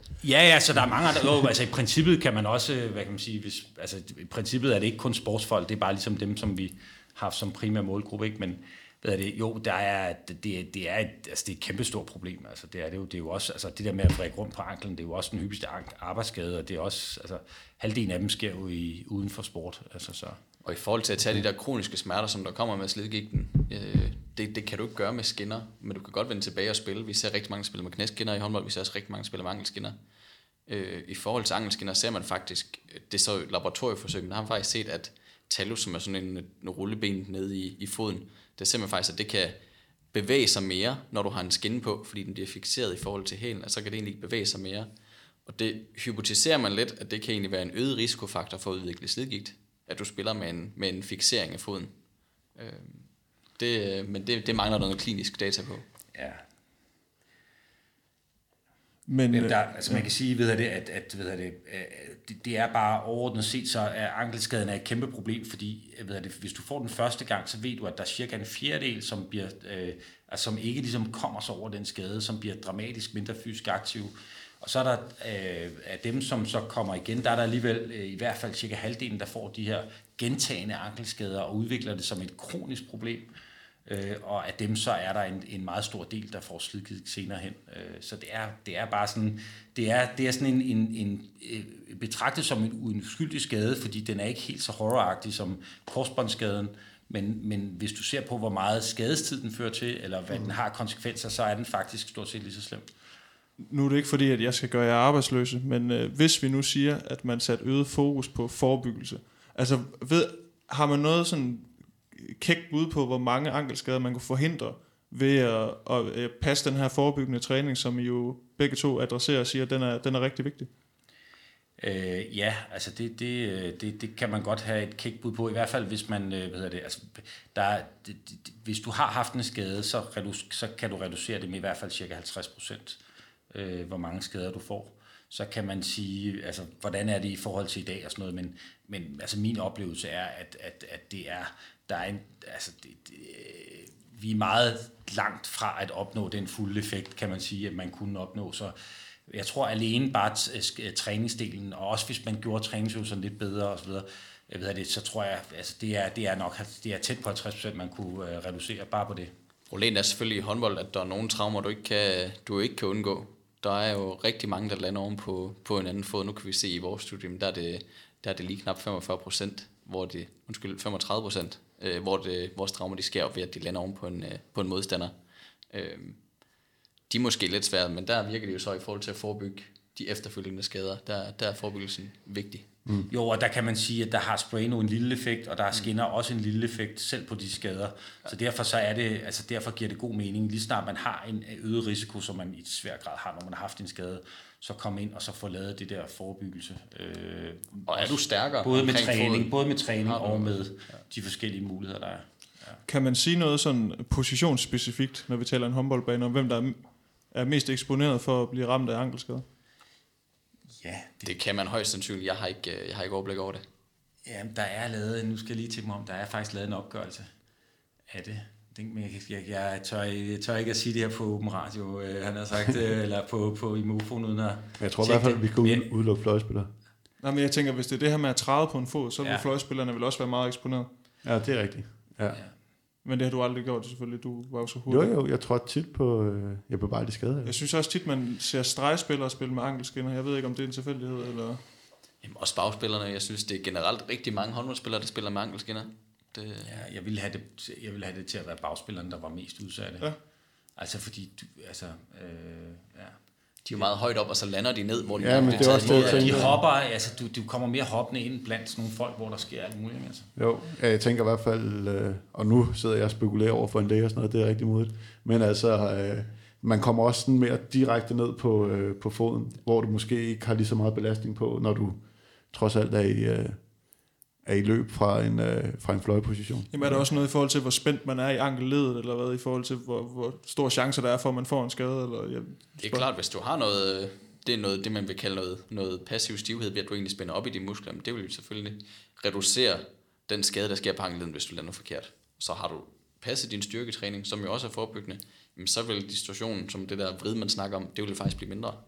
Ja, ja, så der er mange andre. Jo, altså i princippet kan man også, hvad kan man sige, hvis, altså i princippet er det ikke kun sportsfolk, det er bare ligesom dem, som vi har som primær målgruppe, ikke? Men hvad er det? Jo, der er, det, det er et, altså det er et kæmpestort problem. Altså det er det jo, det er jo også, altså det der med at vrikke rundt på anklen, det er jo også den hyppigste arbejdsskade, og det er også, altså halvdelen af dem sker jo i, uden for sport, altså så. Og i forhold til at tage de der kroniske smerter, som der kommer med slidgigten, øh, det, det kan du ikke gøre med skinner, men du kan godt vende tilbage og spille. Vi ser rigtig mange spille med knæskinner i håndbold, vi ser også rigtig mange spille med ankelskinner. Øh, I forhold til ankelskinner ser man faktisk, det er så laboratorieforsøg, men der har man faktisk set, at talus, som er sådan en, en rulleben nede i, i foden, det ser man faktisk, at det kan bevæge sig mere, når du har en skinne på, fordi den bliver fikseret i forhold til hælen, og så kan det egentlig ikke bevæge sig mere. Og det hypotiserer man lidt, at det kan egentlig være en øget risikofaktor for at udvikle slidgigt, at du spiller med en, med en fiksering af foden. Øh, det, men det, det mangler der noget klinisk data på. Ja. Men, Men der, altså man kan sige, ved det, at, at ved det, det, det er bare overordnet set, så er ankelskaden er et kæmpe problem, fordi ved det, hvis du får den første gang, så ved du, at der er cirka en fjerdedel, som, bliver, øh, altså, som ikke ligesom kommer sig over den skade, som bliver dramatisk mindre fysisk aktive. Og så er der øh, af dem, som så kommer igen, der er der alligevel øh, i hvert fald cirka halvdelen, der får de her gentagende ankelskader og udvikler det som et kronisk problem. Øh, og af dem så er der en, en meget stor del, der får slidgigt senere hen. Øh, så det er, det er bare sådan, det er, det er sådan en, en, en, en betragtet som en uskyldig skade, fordi den er ikke helt så horroragtig som korsbåndsskaden. Men, men hvis du ser på, hvor meget skadestid den fører til, eller hvad mm. den har konsekvenser, så er den faktisk stort set lige så slem. Nu er det ikke fordi, at jeg skal gøre jer arbejdsløse, men øh, hvis vi nu siger, at man sat øget fokus på forebyggelse, altså ved, har man noget sådan kægt bud på, hvor mange ankelskader man kunne forhindre ved at, at, at passe den her forebyggende træning, som I jo begge to adresserer og siger, at den er, den er rigtig vigtig? Øh, ja, altså det, det, det, det kan man godt have et kægt bud på, i hvert fald hvis man, hvad hedder det, altså der, det, det, hvis du har haft en skade, så, redu, så kan du reducere det med i hvert fald cirka halvtreds procent, øh, hvor mange skader du får. Så kan man sige, altså hvordan er det i forhold til i dag og sådan noget, men, men altså min oplevelse er, at, at, at det er, der er en, altså det, det, vi er meget langt fra at opnå den fulde effekt, kan man sige, at man kunne opnå. Så jeg tror alene bare t- træningsdelen, og også hvis man gjorde træningsøvelserne lidt bedre og så videre, jeg ved det, så tror jeg, altså det er, det er nok, det er tæt på halvtreds procent, man kunne uh, reducere bare på det. Problemet er selvfølgelig i håndbold, at der er nogle traumer, du ikke kan, du ikke kan undgå. Der er jo rigtig mange, der lander oven på, på en anden fod. Nu kan vi se i vores studie, der er det, der er det lige knap femogfyrre procent, hvor det, undskyld, femogtredive procent, øh, hvor det, vores traumer de sker ved, at de lander oven på en, øh, på en modstander. Øh, de er måske lidt svære, men der virker det jo så i forhold til at forebygge de efterfølgende skader. Der, der er forebyggelsen vigtig. Mm. Jo, og der kan man sige, at der har Sprayno en lille effekt, og der er skinner mm. også en lille effekt, selv på de skader. Så derfor, så er det, altså derfor giver det god mening, lige snart man har en øget risiko, som man i svær grad har, når man har haft en skade, så komme ind og så få lavet det der forebyggelse. Øh, og er du stærkere? Både med træning, både med træning og med ja. de forskellige muligheder, der er. Ja. Kan man sige noget sådan positionsspecifikt, når vi taler en håndboldbane, om hvem der er mest eksponeret for at blive ramt af ankelskader? Ja, det, det kan man højst sandsynligt. Jeg har ikke, jeg har ikke overblik over det. Ja, der er lavet, nu skal jeg lige tænke mig om, der er faktisk lavet en opgørelse af det. Men jeg, jeg, jeg, tør, jeg tør ikke at sige det her på Open Radio, øh, han har sagt, øh, eller på, på Imofon, uden at jeg tror i hvert fald, at vi kan men, udelukke fløjspillere. Nej, men jeg tænker, hvis det er det her med at træde på en fod, så vil ja. fløjspillerne vel også være meget eksponeret. Ja, det er rigtigt. Ja. Ja. Men det har du aldrig gjort, selvfølgelig. Du var jo så hurtig. Jo, jo, jeg tror tit på, øh, jeg blev bare lidt skadet. Jeg synes også tit, man ser stregspillere spille med ankelskinner. Jeg ved ikke, om det er en tilfældighed, eller... Jamen, også bagspillerne. Jeg synes, det er generelt rigtig mange håndboldspillere, der spiller med ankelskinner. Det... Ja, jeg ville have det, jeg ville have det til at være bagspillerne, der var mest udsatte. Ja. Altså, fordi, du, altså, øh, ja... De er jo meget højt op, og så lander de ned, hvor de ja, men det er også det, jeg de hopper, altså du, du kommer mere hoppende ind blandt sådan nogle folk, hvor der sker alt muligt. Altså. Jo, jeg tænker i hvert fald, øh, og nu sidder jeg og spekulerer over for en læge og sådan noget, det er rigtig modigt, men altså, øh, man kommer også sådan mere direkte ned på, øh, på foden, hvor du måske ikke har lige så meget belastning på, når du trods alt er i, øh, er i løb fra en, øh, fra en fløjeposition. Jamen er der også noget i forhold til, hvor spændt man er i ankelledet, eller hvad, i forhold til, hvor, hvor stor chance der er for, at man får en skade? Eller, jeg det er klart, hvis du har noget, det er noget, det man vil kalde noget, noget passiv stivhed, ved at du egentlig spænder op i de muskler, men det vil jo selvfølgelig reducere den skade, der sker på ankelleden, hvis du lander forkert. Så har du passet din styrketræning, som jo også er forebyggende, så vil distorsionen, som det der vrid, man snakker om, det vil faktisk blive mindre.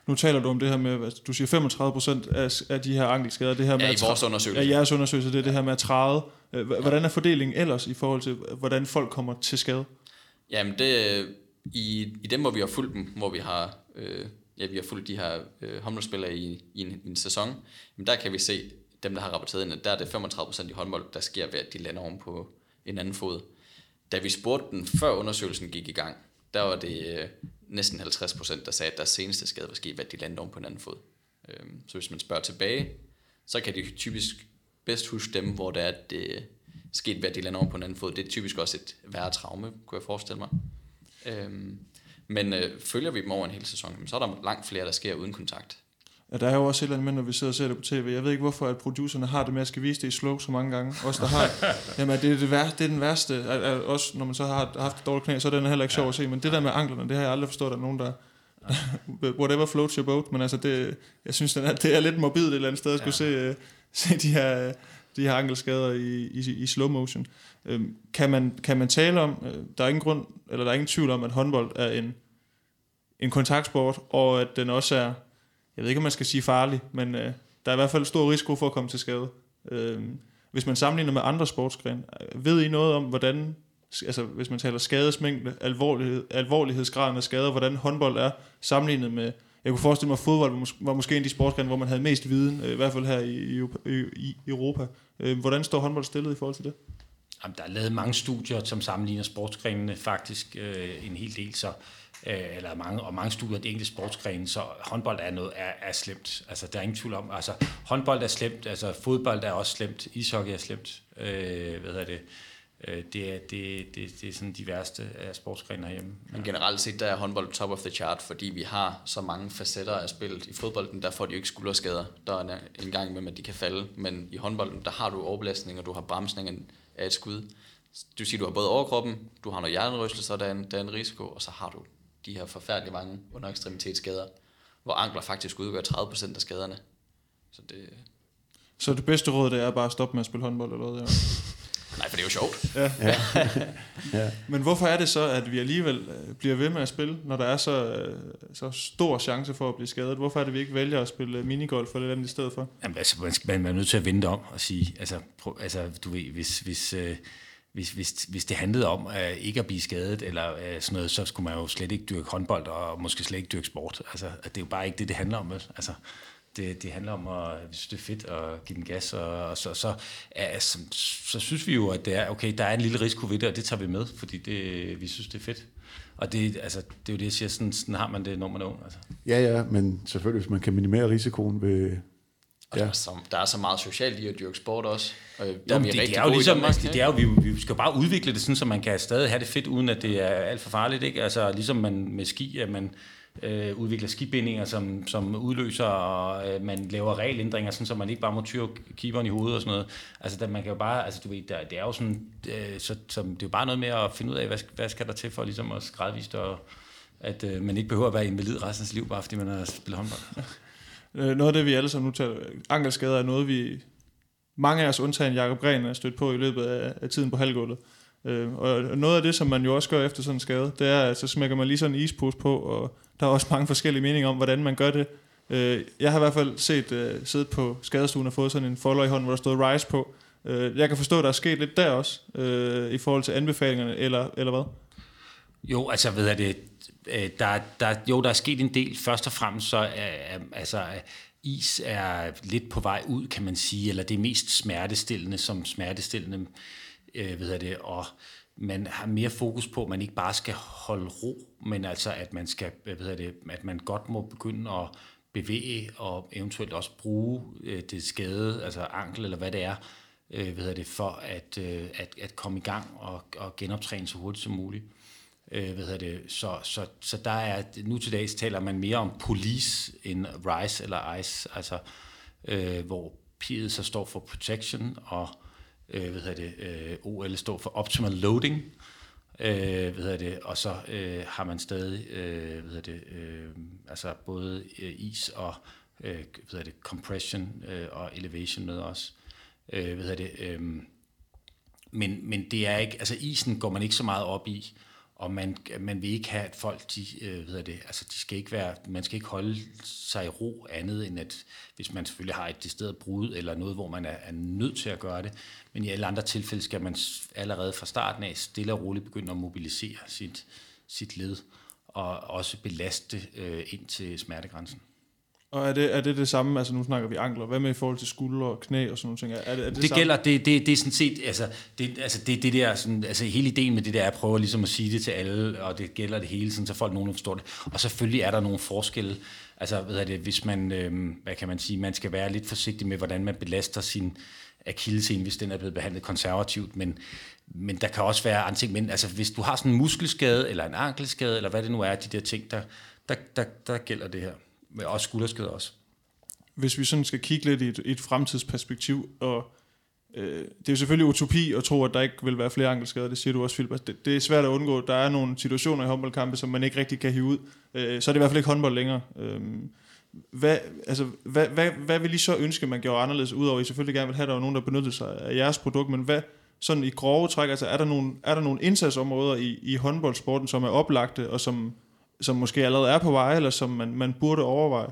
nu taler du om det her med, du siger femogtredive procent af, af de her ankelskader, det her med ja, i at vores undersøgelse. Ja, jeres undersøgelse, det er det her med at træde. Hvordan er fordelingen ellers i forhold til, hvordan folk kommer til skade? Jamen, det, i, i dem, hvor vi har fulgt dem, hvor vi har, øh, ja, vi har fulgt de her øh, håndboldspillere i, i, en, i en sæson, jamen, der kan vi se, dem, der har rapporteret ind, at der er det femogtredive procent i håndbold, der sker ved, at de lander oven på en anden fod. Da vi spurgte den, før undersøgelsen gik i gang, der var det øh, næsten halvtreds procent, der sagde, at deres seneste skade var sket ved, at de landede oven på en anden fod. Øh, så hvis man spørger tilbage, så kan de typisk bedst huske dem, hvor det er, at det skete ved, at de lander oven på en anden fod. Det er typisk også et værre traume, kunne jeg forestille mig. Øh, men øh, følger vi dem over en hel sæson, så er der langt flere, der sker uden kontakt. Ja, der er jo også et eller andet med, når vi sidder og ser det på tv. Jeg ved ikke, hvorfor at producerne har det med at skal vise det i slow så mange gange. Også der har, jamen, det er, det, værste, det er den værste. At, at også når man så har haft et dårligt knæ, så er den heller ikke sjov at se. Men det der med anklerne, det har jeg aldrig forstået, at der er nogen, der... whatever floats your boat. Men altså, det, jeg synes, det er, det er lidt morbid et eller andet sted at skulle ja. se, se de her, de her ankelskader i, i, i slow motion. Øhm, kan, man, kan man tale om... Der er ingen grund, eller der er ingen tvivl om, at håndbold er en, en kontaktsport, og at den også er... Jeg ved ikke, om man skal sige farlig, men øh, der er i hvert fald stor risiko for at komme til skade. Øh, hvis man sammenligner med andre sportsgrene, ved I noget om, hvordan, altså hvis man taler skadesmængde, alvorlighed, alvorlighedsgraden af skader, hvordan håndbold er sammenlignet med, jeg kunne forestille mig, at fodbold var, mås- var måske en af de sportsgrene, hvor man havde mest viden, øh, i hvert fald her i, i, i Europa. Øh, hvordan står håndbold stillet i forhold til det? Jamen, der er lavet mange studier, som sammenligner sportsgrenene faktisk øh, en hel del, så eller mange, og mange studier af de enkelte sportsgrene, så håndbold er noget er, er slemt. Altså, der er ingen tvivl om. Altså, håndbold er slemt, altså fodbold er også slemt, ishockey er slemt. Øh, hvad hedder det? Øh, det, er, det, det, det er sådan de værste af sportsgrene herhjemme. Men generelt set, der er håndbold top of the chart, fordi vi har så mange facetter af spillet. I fodbolden, der får de jo ikke skulderskader. Der er en gang imellem, at de kan falde, men i håndbolden, der har du overbelastning, og du har bremsning af et skud. Du siger, du har både overkroppen, du har noget hjernerystelse, der er en, der er en risiko, og så har du de her forfærdelige mange underekstremitetsskader, hvor ankler faktisk udgør tredive procent af skaderne. Så det... Så det bedste råd, det er bare at stoppe med at spille håndbold, eller hvad? Ja. Nej, for det er jo sjovt. Ja. Ja. Men hvorfor er det så, at vi alligevel bliver ved med at spille, når der er så, så stor chance for at blive skadet? Hvorfor er det, vi ikke vælger at spille minigolf eller lidt andet i stedet for? Jamen, altså, man er nødt til at vente om og sige, altså, prøv, altså du ved, hvis... hvis øh Hvis, hvis, hvis det handlede om at ikke at blive skadet eller uh, sådan noget, så skulle man jo slet ikke dyrke håndbold og måske slet ikke dyrke sport. Altså, det er jo bare ikke det, det handler om. Altså, det, det handler om, at hvis det er fedt at give den gas, og, og så, så, uh, så, så synes vi jo, at det er, okay, der er en lille risiko ved det, og det tager vi med, fordi det, vi synes, det er fedt. Og det, altså, det er jo det, jeg siger, sådan, sådan har man det, når man er ung. Altså. Ja, ja, men selvfølgelig, hvis man kan minimere risikoen ved... Og ja. der, er så, der er så meget socialt i at dyrke sport også. Og der Jamen, er vi det, rigtig det er jo ligesom, Danmark, det, det er jo, vi, vi skal bare udvikle det sådan, så man kan stadig have det fedt, uden at det er alt for farligt. Ikke? Altså ligesom man med ski, at man øh, udvikler skibindinger, som, som udløser, og øh, man laver regelændringer, sådan, så man ikke bare må tyre keeperen i hovedet og sådan noget. Altså der, man kan jo bare, altså du ved, der, det er jo sådan, øh, så, så, det er jo bare noget med at finde ud af, hvad, hvad skal der til for ligesom at gradvist, og at øh, man ikke behøver at være invalid resten af sit liv, bare fordi man har spillet håndbold. Noget af det, vi alle sammen nu taler, ankelskader er noget, vi mange af os undtagen Jakob Gren er stødt på i løbet af, af tiden på halvgulvet. Øh, og noget af det, som man jo også gør efter sådan en skade, det er, at så smækker man lige sådan en ispose på, og der er også mange forskellige meninger om, hvordan man gør det. Øh, jeg har i hvert fald set uh, siddet på skadestuen og fået sådan en folder i hånden, hvor der stod Rise på. Øh, jeg kan forstå, at der er sket lidt der også, øh, i forhold til anbefalingerne, eller, eller hvad? Jo, altså ved jeg det, der, der, jo, der er sket en del. Først og fremmest så er, altså, is er lidt på vej ud, kan man sige, eller det er mest smertestillende som smertestillende, øh, ved jeg det, og man har mere fokus på, at man ikke bare skal holde ro, men altså, at man skal, ved jeg det, at man godt må begynde at bevæge og eventuelt også bruge øh, det skade, altså ankel eller hvad det er, øh, ved jeg det, for at, øh, at, at komme i gang og, og genoptræne så hurtigt som muligt. Øh, hvad hedder det? Så, så, så der er, nu til dags taler man mere om police end rise eller ice, altså øh, hvor P'et så står for protection, og øh, hvad hedder det, øh, O L står for optimal loading, øh, hvad hedder det, og så øh, har man stadig øh, hvad hedder det, øh, altså både øh, is og øh, hvad hedder det, compression øh, og elevation med også. Øh, hvad hedder det, øh, men, men det er ikke, altså isen går man ikke så meget op i. og man, man vil ikke have, at folk, de, øh, ved det, altså de skal ikke være, man skal ikke holde sig i ro andet, end at hvis man selvfølgelig har et decideret brud, eller noget, hvor man er, er nødt til at gøre det, men i alle andre tilfælde skal man allerede fra starten af stille og roligt begynde at mobilisere sit, sit led, og også belaste øh, ind til smertegrænsen. Og er det, er det det samme, altså nu snakker vi ankler, hvad med i forhold til skuldre og knæ og sådan nogle ting? Er det, er det, det gælder, det, det, det er sådan set, altså det, altså det, det der, sådan, altså hele ideen med det der er at prøve ligesom at sige det til alle, og det gælder det hele, sådan, så folk nogen forstår det. Og selvfølgelig er der nogle forskelle, altså ved jeg det, hvis man, øh, hvad kan man sige, man skal være lidt forsigtig med, hvordan man belaster sin akillescene, hvis den er blevet behandlet konservativt, men, men der kan også være andre ting, men altså hvis du har sådan en muskelskade, eller en ankelskade, eller hvad det nu er, de der ting, der, der, der, der gælder det her. Og skulderskade også. Hvis vi sådan skal kigge lidt i et, et fremtidsperspektiv, og øh, det er jo selvfølgelig utopi at tro, at der ikke vil være flere ankelskader, det siger du også, Philip. Det, det er svært at undgå. Der er nogle situationer i håndboldkampe, som man ikke rigtig kan hive ud. Øh, så er det i hvert fald ikke håndbold længere. Øh, hvad, altså, hvad, hvad, hvad vil I så ønske, man gjorde anderledes, udover at I selvfølgelig gerne vil have, der var nogen, der benyttede sig af jeres produkt, men hvad sådan i grove træk, altså er der nogle, er der nogle indsatsområder i, i håndboldsporten, som er oplagte, og som som måske allerede er på vej, eller som man, man burde overveje?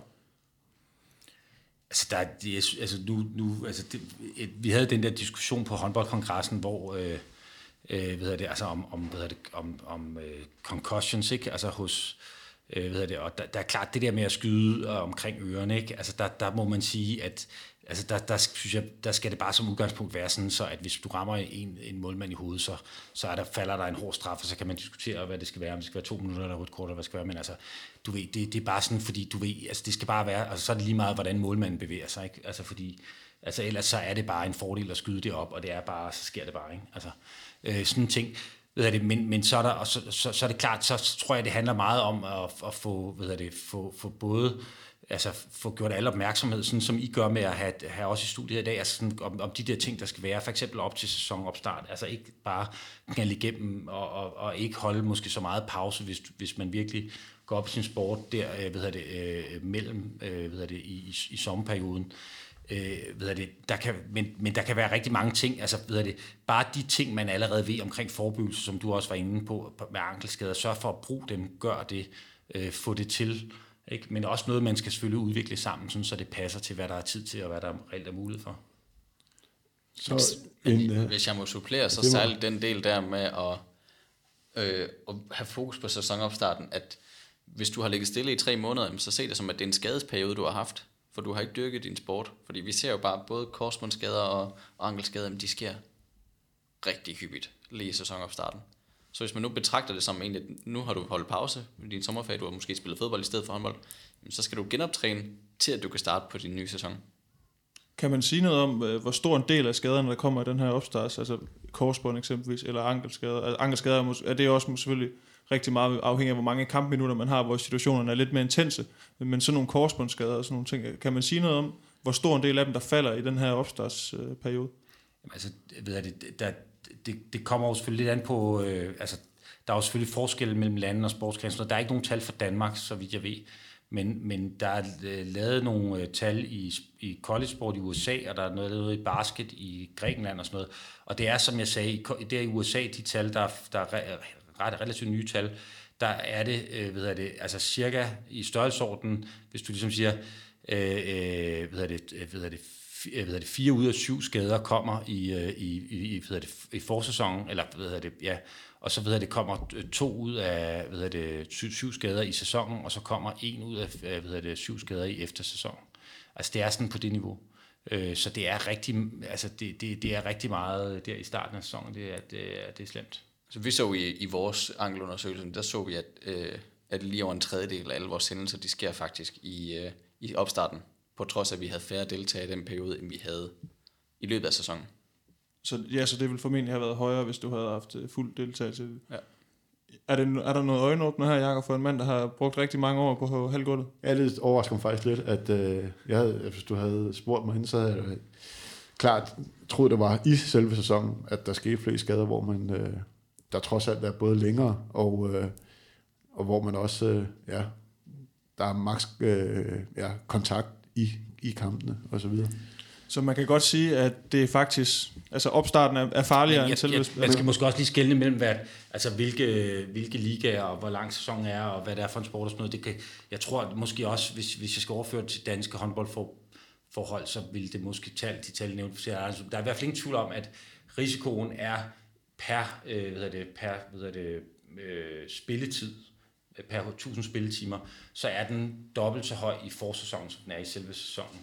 Altså, der, det, altså nu, nu, altså det, et, vi havde den der diskussion på håndboldkongressen, hvor øh, øh, ved jeg det, altså om, om, ved jeg det, om, om øh, concussions, ikke? Altså hos, øh, ved jeg det, og der, der er klart det der med at skyde øh, omkring ørerne, ikke? Altså der, der må man sige, at altså der, der, synes jeg, der skal det bare som udgangspunkt være sådan, så at hvis du rammer en, en målmand i hovedet, så, så er der, falder der en hård straf, og så kan man diskutere, hvad det skal være, om det skal være to minutter eller rødt kort, eller hvad det skal være, men altså, du ved, det, det er bare sådan, fordi du ved, altså det skal bare være, altså så er det lige meget, hvordan målmanden bevæger sig, ikke? Altså fordi, altså ellers så er det bare en fordel at skyde det op, og det er bare, så sker det bare, ikke? Altså, øh, sådan en ting, ved jeg det, men, men så er der, og så, så, så er det klart, så tror jeg, det handler meget om at, at få, ved jeg det, få, få både altså få gjort alle opmærksomhed, sådan som I gør med at have, have også i studiet i dag, altså sådan, om, om de der ting, der skal være, for eksempel op til sæsonopstart, altså ikke bare knalde igennem og, og, og ikke holde måske så meget pause, hvis, hvis man virkelig går op i sin sport der, øh, ved jeg det, øh, mellem, øh, ved jeg det, i, i, i sommerperioden. Øh, ved jeg det, der kan, men, men der kan være rigtig mange ting, altså ved jeg det, bare de ting, man allerede ved omkring forebyggelse, som du også var inde på med ankelskader, sørg for at bruge dem, gør det, øh, få det til. Ikke? Men også noget, man skal selvfølgelig udvikle sammen, sådan, så det passer til, hvad der er tid til, og hvad der reelt er mulighed for. Så en, øh, Hvis jeg må supplere, så særligt den del der med at, øh, at have fokus på sæsonopstarten, at hvis du har ligget stille i tre måneder, så se det som, at det er en skadesperiode, du har haft, for du har ikke dyrket din sport. Fordi vi ser jo bare både korsbåndsskader og, og ankelskader, men de sker rigtig hyppigt lige i sæsonopstarten. Så hvis man nu betragter det som egentlig, at nu har du holdt pause i din sommerferie, du har måske spillet fodbold i stedet for håndbold, så skal du genoptræne til, at du kan starte på din nye sæson. Kan man sige noget om, hvor stor en del af skaderne, der kommer i den her opstart, altså korsbånd eksempelvis, eller ankelskader? Altså, ankelskader er det også selvfølgelig rigtig meget afhængig af, hvor mange kampminutter man har, hvor situationerne er lidt mere intense, men sådan nogle korsbåndsskader og sådan nogle ting, kan man sige noget om, hvor stor en del af dem, der falder i den her opstartsperiode? Jamen, altså, ved jeg, det, der, det, det kommer jo selvfølgelig lidt an på, øh, altså, der er jo selvfølgelig forskel mellem landene og sportsgrænser. Der er ikke nogen tal for Danmark, så vidt jeg ved, men, men der er øh, lavet nogle øh, tal i, i college-sport i U S A, og der er noget lavet i basket i Grækenland og sådan noget. Og det er, som jeg sagde, i, der i U S A, de tal, der, der er ret relativt nye tal, der er det, øh, ved jeg det, altså cirka i størrelsesorden, hvis du ligesom siger, øh, øh, ved jeg det, ved jeg det, ved jeg det, fire ud af syv skader kommer i, i, i, ved jeg det, i forsæsonen, eller ved jeg det, ja, og så ved jeg det, kommer to ud af ved jeg det, syv, syv skader i sæsonen, og så kommer en ud af ved jeg det, syv skader i eftersæsonen. Altså det er sådan på det niveau. Så det er rigtig, altså det, det, det er rigtig meget der i starten af sæsonen, det er, det er, det er slemt. Så vi så i, i vores ankelundersøgelse, der så vi, at, øh, at lige over en tredjedel af alle vores hændelser, de sker faktisk i, øh, i opstarten, på trods af, at vi havde færre deltagere i den periode, end vi havde i løbet af sæsonen. Så ja, så det ville formentlig have været højere, hvis du havde haft fuld deltagelse. Ja. Er, det, er der noget øjenåbner her, Jakob, for en mand, der har brugt rigtig mange år på halvgulvet? Ja, det overrasker mig faktisk lidt, at øh, jeg havde, hvis du havde spurgt mig hende, så havde jeg klart troet, det var i selve sæsonen, at der skete flere skader, hvor man, øh, der trods alt er både længere, og, øh, og hvor man også, øh, ja, der er maks øh, ja, kontakt i, i kampene, og så videre. Så man kan godt sige, at det er faktisk, altså opstarten er, er farligere jeg, end selve... jeg, man skal måske også lige skelne mellem, hvad, altså hvilke, hvilke ligaer og hvor lang sæsonen er, og hvad det er for en sport og sådan noget. Det kan, jeg tror måske også, hvis, hvis jeg skal overføre det til danske håndboldforhold, så vil det måske tage de tal nævnt. Altså, der er i hvert fald ingen tvivl om, at risikoen er per, øh, hvad det, per hvad det, øh, spilletid, per tusind spilletimer, så er den dobbelt så høj i forsæsonen, som den er i selve sæsonen.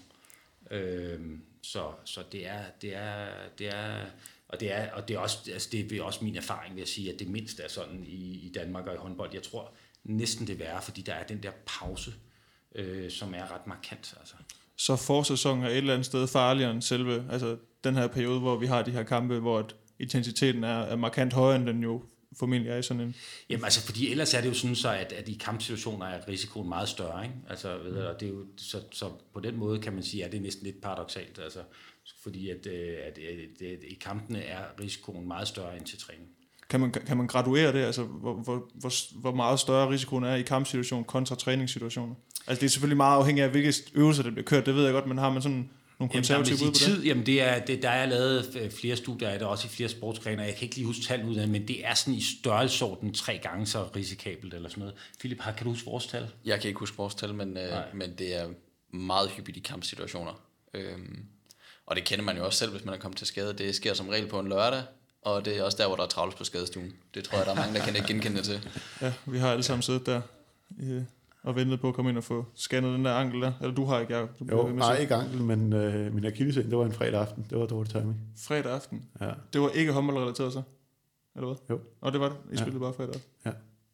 Øh, så så det er det er det er og det er og det er også altså det er også min erfaring, vil jeg sige, at det mindst er sådan i, i Danmark og i håndbold. Jeg tror næsten det er værre, fordi der er den der pause, øh, som er ret markant. Altså. Så forsæsonen er et eller andet sted farligere end selve, altså den her periode, hvor vi har de her kampe, hvor at intensiteten er, er markant højere, end den jo formentlig er i sådan en... Jamen altså, fordi ellers er det jo sådan så, at, at i kampsituationer er risikoen meget større, ikke? Altså, ved du, det er jo, så, så på den måde kan man sige, at det er næsten lidt paradoksalt, altså, fordi at, at, at, at, at i kampene er risikoen meget større end til træning. Kan man, kan man graduere det, altså hvor, hvor, hvor, hvor meget større risikoen er i kampsituationer kontra træningssituationer? Altså det er selvfølgelig meget afhængigt af, hvilke øvelser der bliver kørt, det ved jeg godt, men har man sådan nogle konservative bud på tid, det? Jamen det er, det, der er lavet flere studier af det, også i flere sportsgrene, jeg kan ikke lige huske tallene ud af, men det er sådan i størrelsesorden tre gange så risikabelt eller sådan noget. Philip, kan du huske vores tal? Jeg kan ikke huske vores tal, men, øh, men det er meget hyppigt i kampsituationer. Øhm, og det kender man jo også selv, hvis man er kommet til skade. Det sker som regel på en lørdag, og det er også der, hvor der er travlt på skadestuen. Det tror jeg, der er mange, der kan ikke genkende til. Ja, vi har alle sammen siddet der øh, og ventet på at komme ind og få scannet den der ankel der. Eller du har ikke, jeg. Du Jo, nej, ikke ankel, men øh, min akillescene, det var en fredag aften. Det var dårlig timing. Fredag aften? Ja. Det var ikke håndboldrelateret så? Eller hvad? Jo. Og det var det? I ja. spillede bare fredag aften? Ja.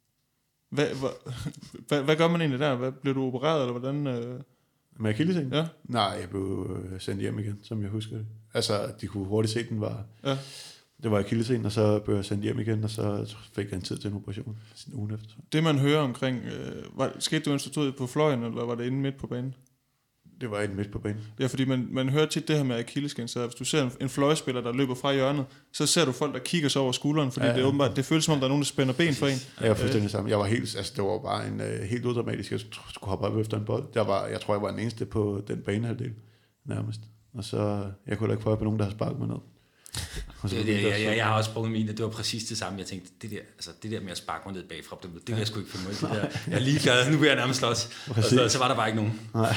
Hvad, hvad, hvad, hvad gør man egentlig der? Hvad, blev du opereret, eller hvordan? Øh... Med akillescene? Ja. Nej, jeg blev sendt hjem igen, som jeg husker det. Altså, de kunne hurtigt se, at den var... Ja. Det var akillescene, og så blev jeg sendt hjem igen, og så fik jeg en tid til en operation. Sådan ugen efter. Det man hører omkring... Øh, var, skete du instituttet på fløjen, eller var det inde midt på banen? Det var inde midt på banen. Ja, fordi man, man hører tit det her med akillescene, så hvis du ser en, en fløjspiller, der løber fra hjørnet, så ser du folk, der kigger sig over skulderen, fordi ja, ja. Det, er åbenbart, det føles som om, der er nogen, der spænder ben for en. Jeg var fuldstændig sammen. Jeg var helt, altså, det var bare en uh, helt uddramatisk. Jeg skulle hoppe op efter en bold. Jeg, var, jeg tror, jeg var den eneste på den banehalvdel, nærmest. Og så, jeg kunne da ikke få på nogen, der har sparket mig ned. Det, det, jeg, jeg, jeg har også sprunget mine, det var præcis det samme. Jeg tænkte, det der, altså, det der med at sparke mig ned bagfra, det, det vil jeg sgu ikke finde mig. Det der, jeg er ligeglad, nu vil jeg nærmest slås. Og så, så var der bare ikke nogen. Nej.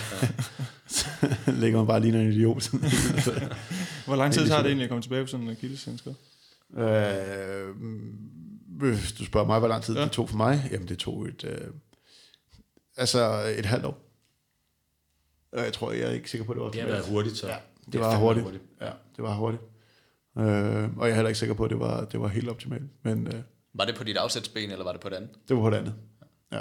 Ja. Lægger man bare lige en idiot. Hvor lang tid tager det egentlig at komme tilbage på sådan en akillessenskade? Øh, hvis du spørger mig, hvor lang tid ja. det tog for mig, jamen det tog et, øh, altså et halvt år. Jeg tror, jeg er ikke sikker på, det var det har været hurtigt, så. Ja, det, det var hurtigt. hurtigt. Ja, det var hurtigt. Øh, og jeg er heller ikke sikker på, at det var, det var helt optimalt. Men, øh, var det på dit afsætsben, eller var det på det andet? Det var på det andet, ja.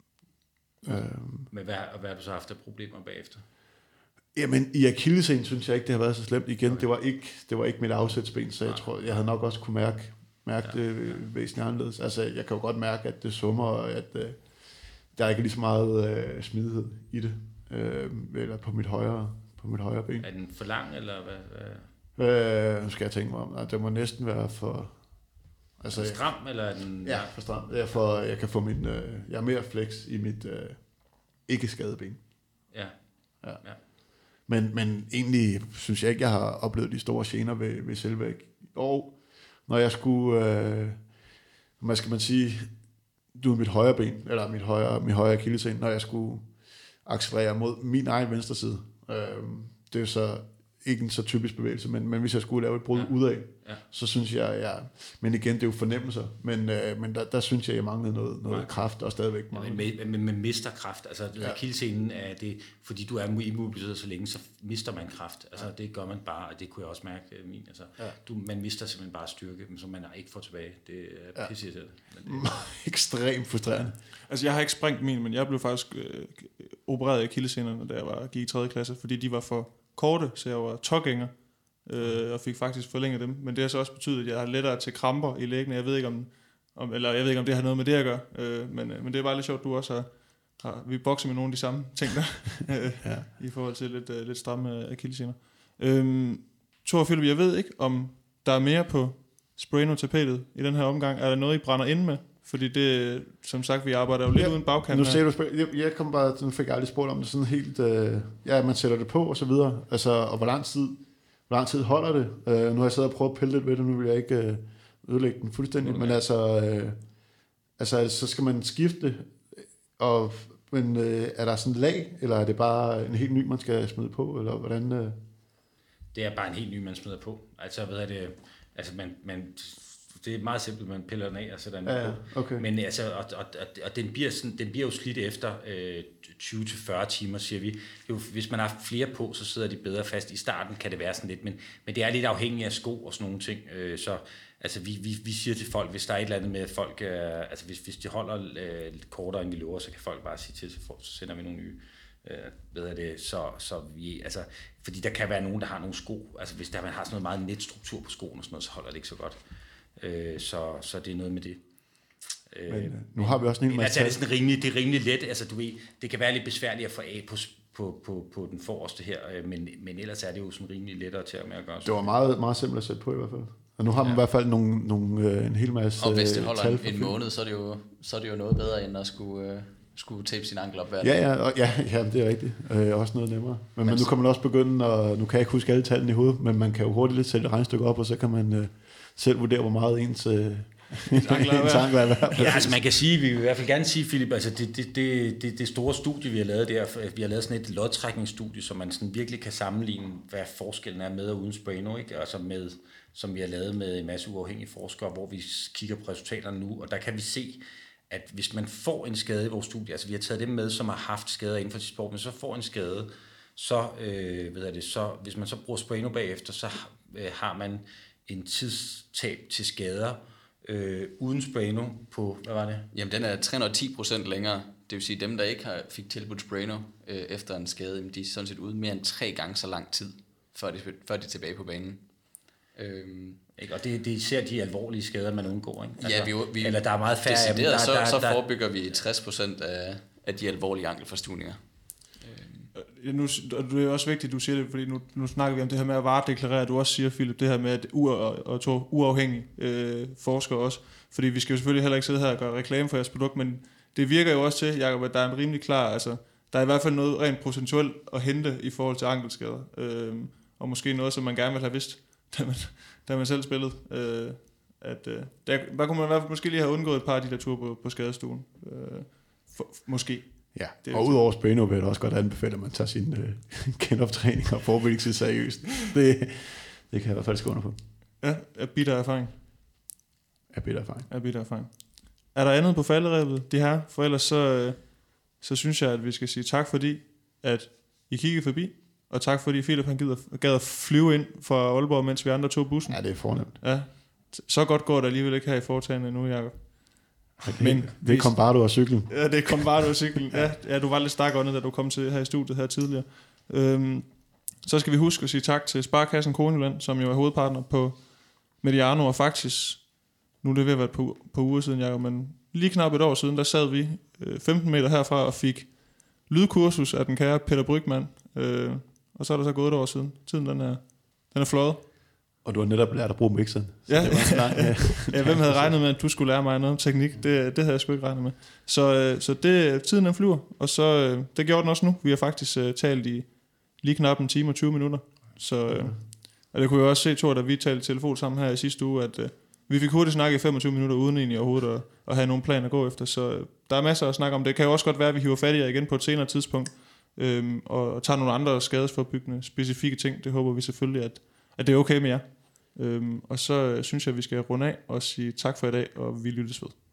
ja. Øh, Men hvad, hvad har du så haft af problemer bagefter? Jamen, i akillescenen synes jeg ikke, det har været så slemt. Igen, okay. det, var ikke, det var ikke mit afsætsben, så jeg Nej. tror, jeg havde nok også kunne mærke, mærke ja. det væsentligt anderledes. Altså, jeg kan jo godt mærke, at det summer, og at øh, der er ikke lige så meget øh, smidighed i det. Øh, eller på mit højre, på mit højre ben. Er den for lang, eller hvad? hvad? Nu skal jeg tænke mig om. Nej, det må næsten være for... Altså, er den stram, jeg, eller er den... Ja, for stram. Jeg, får, jeg kan få min... Øh, jeg er mere flex i mit øh, ikke-skadeben. Ja. ja. ja. Men, men egentlig synes jeg ikke, jeg har oplevet de store gener ved, ved selve... Og når jeg skulle... Øh, hvad skal man sige... Du er mit højre ben, eller mit højre, mit højre akillescene, når jeg skulle accelerere mod min egen venstre side. Øh, det er så ikke en så typisk bevægelse, men, men hvis jeg skulle lave et brud ja. udad, ja. så synes jeg, jeg... Men igen, det er jo fornemmelser, men, øh, men der, der synes jeg, jeg manglede noget, noget ja. kraft, og stadigvæk manglede. Ja, men, men man mister kraft, altså ja. akillescenen er det, fordi du er immobiliseret så længe, så mister man kraft, altså ja. det gør man bare, og det kunne jeg også mærke min, altså ja. du, man mister simpelthen bare styrke, som man ikke får tilbage, det er ja. pisse det. Ekstremt frustrerende. Altså jeg har ikke sprængt min, men jeg blev faktisk øh, opereret i akillessenerne, da jeg var, gik i tredje klasse, fordi de var for korte, så jeg var tågænger, øh, og fik faktisk forlænget dem. Men det har så også betydet, at jeg har lettere til kramper i læggene. Jeg ved ikke om, om eller jeg ved ikke om det har noget med det at gøre, øh, men, men det er bare lidt sjovt, du også har, har vi bokser med nogle af de samme ting der, øh, ja. i forhold til lidt, øh, lidt stramme akillessener. Øh, Thor og Philip, jeg ved ikke, om der er mere på Sprayno-tapetet i den her omgang. Er der noget, I brænder ind med? Fordi det, som sagt, vi arbejder jo lidt ja, uden bagkant. Nu ser du, jeg, jeg kom bare, sådan fik jeg aldrig spurgt om det sådan helt, øh, ja, man sætter det på og så videre, altså, og hvor lang tid hvor lang tid holder det? Øh, nu har jeg siddet og prøvet at pille lidt ved det, nu vil jeg ikke øh, ødelægge den fuldstændig, okay. men altså, øh, altså, så skal man skifte, og, men øh, er der sådan et lag, eller er det bare en helt ny, man skal smide på, eller hvordan? Øh? Det er bare en helt ny, man smider på. Altså, hvad er det, altså man, man det er meget simpelt, man piller den af og sætter den ja, på. Okay. Men altså, og, og, og den, bliver sådan, den bliver jo slidt efter øh, tyve til fyrre timer, siger vi. Jo, hvis man har flere på, så sidder de bedre fast. I starten kan det være sådan lidt, men, men det er lidt afhængigt af sko og sådan nogle ting. Øh, så altså, vi, vi, vi siger til folk, hvis der er et eller andet med, at folk, øh, altså hvis, hvis de holder øh, lidt kortere, end vi lover, så kan folk bare sige til, så, så sender vi nogle nye. Øh, ved det, så, så vi, altså, fordi der kan være nogen, der har nogle sko. Altså, hvis der man har sådan noget meget netstruktur på skoene og sådan noget, så holder det ikke så godt. Øh, så, så det er noget med det. Øh, men, nu har vi også en hel masse. Altså, det er sådan rimelig, det er rimelig let. Altså, du ved, det kan være lidt besværligt at få af på, på, på, på den forreste her, men, men ellers er det jo sådan rimelig lettere til at med at gøre. Det var meget, meget simpelt at sætte på i hvert fald. Og nu har man ja. i hvert fald nogle, nogle, øh, en hel masse. Og hvis det holder en, en fyld. måned, så er, det jo, så er det jo noget bedre, end at skulle, øh, skulle tape sin ankel op hver ja, ja, og, ja, ja, det er rigtigt. Øh, også noget nemmere. Men, men nu kan man også begynde, og nu kan jeg ikke huske alle tallene i hovedet, men man kan jo hurtigt lidt sætte et regnestykke op, og så kan man øh, selv vurdere, hvor meget ens... Øh, ankler er værd. Ja, altså man kan sige, vi vil i hvert fald gerne sige, Philip, altså det, det, det, det, det store studie, vi har lavet der, vi har lavet sådan et lodtrækningsstudie, så man sådan virkelig kan sammenligne, hvad forskellen er med og uden Sbreno, ikke? Altså med, som vi har lavet med en masse uafhængige forskere, hvor vi kigger på resultaterne nu, og der kan vi se, at hvis man får en skade i vores studie, altså vi har taget dem med, som har haft skader inden for sport, men så får en skade, så, øh, ved jeg det, så hvis man så bruger Sbreno bagefter, så øh, har man en tidstab til skader, Øh, uden Sbreno på, hvad var det? Jamen, den er tre hundrede og ti procent længere. Det vil sige, dem, der ikke har, fik tilbudt Sbreno øh, efter en skade, de er sådan set ude mere end tre gange så lang tid, før de, før de er tilbage på banen. Øhm. Ikke? Og det, det er især de alvorlige skader, man undgår. Ikke? Altså, ja, vi, vi, eller der er meget færre af dem. Der, så, der, så der, forebygger vi tres procent af, af de alvorlige ankelforstuvninger. Nu, og det er også vigtigt, du siger det, fordi nu, nu snakker vi om det her med at varedeklarere. Du også siger, Philip, det her med at u- og, og to uafhængige øh, forskere også. Fordi vi skal jo selvfølgelig heller ikke sidde her og gøre reklame for jeres produkt, men det virker jo også til, Jacob, at der er en rimelig klar, altså der er i hvert fald noget rent procentuelt at hente i forhold til ankelskader. Øh, og måske noget, som man gerne vil have vidst, da man, da man selv spillede. Øh, at, øh, der, der kunne man i hvert fald måske lige have undgået et par af de der ture på, på skadestuen. Øh, for, måske. Ja, det og udover Sbreno vil jeg også godt anbefale, at man tager sin øh, genoptræning og forebyggelse seriøst. Det, det kan jeg i hvert fald skrive under på. Ja, er bitter erfaring. Er bitter erfaring. Er bitter erfaring. Er der andet på falderæbet, de her? For ellers så, øh, så synes jeg, at vi skal sige tak, fordi at I kiggede forbi, og tak fordi Philip han gider, gad at flyve ind fra Aalborg, mens vi andre tog bussen. Ja, det er fornemt. Ja, så godt går det alligevel ikke her i foretagende nu, Jacob. Men det kom bare du af cyklen. Ja, det kom bare du af cyklen. Ja, ja, du var lidt stakåndet, da du kom til her i studiet her tidligere. Øhm, så skal vi huske at sige tak til Sparekassen Kronjylland, som jo er hovedpartner på Mediano, og faktisk, nu er det ved at være på, på uger siden, Jacob, men lige knap et år siden, der sad vi øh, femten meter herfra og fik lydkursus af den kære Peter Brygman. Øh, og så er der så gået et år siden. Tiden den er, den er fløjet. Og du har netop lært at bruge mixeren. Ja. ja. ja, hvem havde regnet med, at du skulle lære mig noget om teknik? Det, det havde jeg sgu ikke regnet med. Så, så det, tiden den flyver, og så det gjorde den også nu. Vi har faktisk uh, talt i lige knap en time og tyve minutter. Så, uh, og det kunne jeg også se, Thor, da vi talte telefon sammen her i sidste uge, at uh, vi fik hurtigt snakke i femogtyve minutter, uden egentlig overhovedet at, at have nogle planer at gå efter. Så uh, der er masser at snakke om. Det kan jo også godt være, at vi hiver fat i jer igen på et senere tidspunkt, um, og tager nogle andre skadesforbyggende specifikke ting. Det håber vi selvfølgelig, at, at det er okay med jer. Øhm, og så synes jeg, at vi skal runde af og sige tak for i dag, og vi lyttes ved.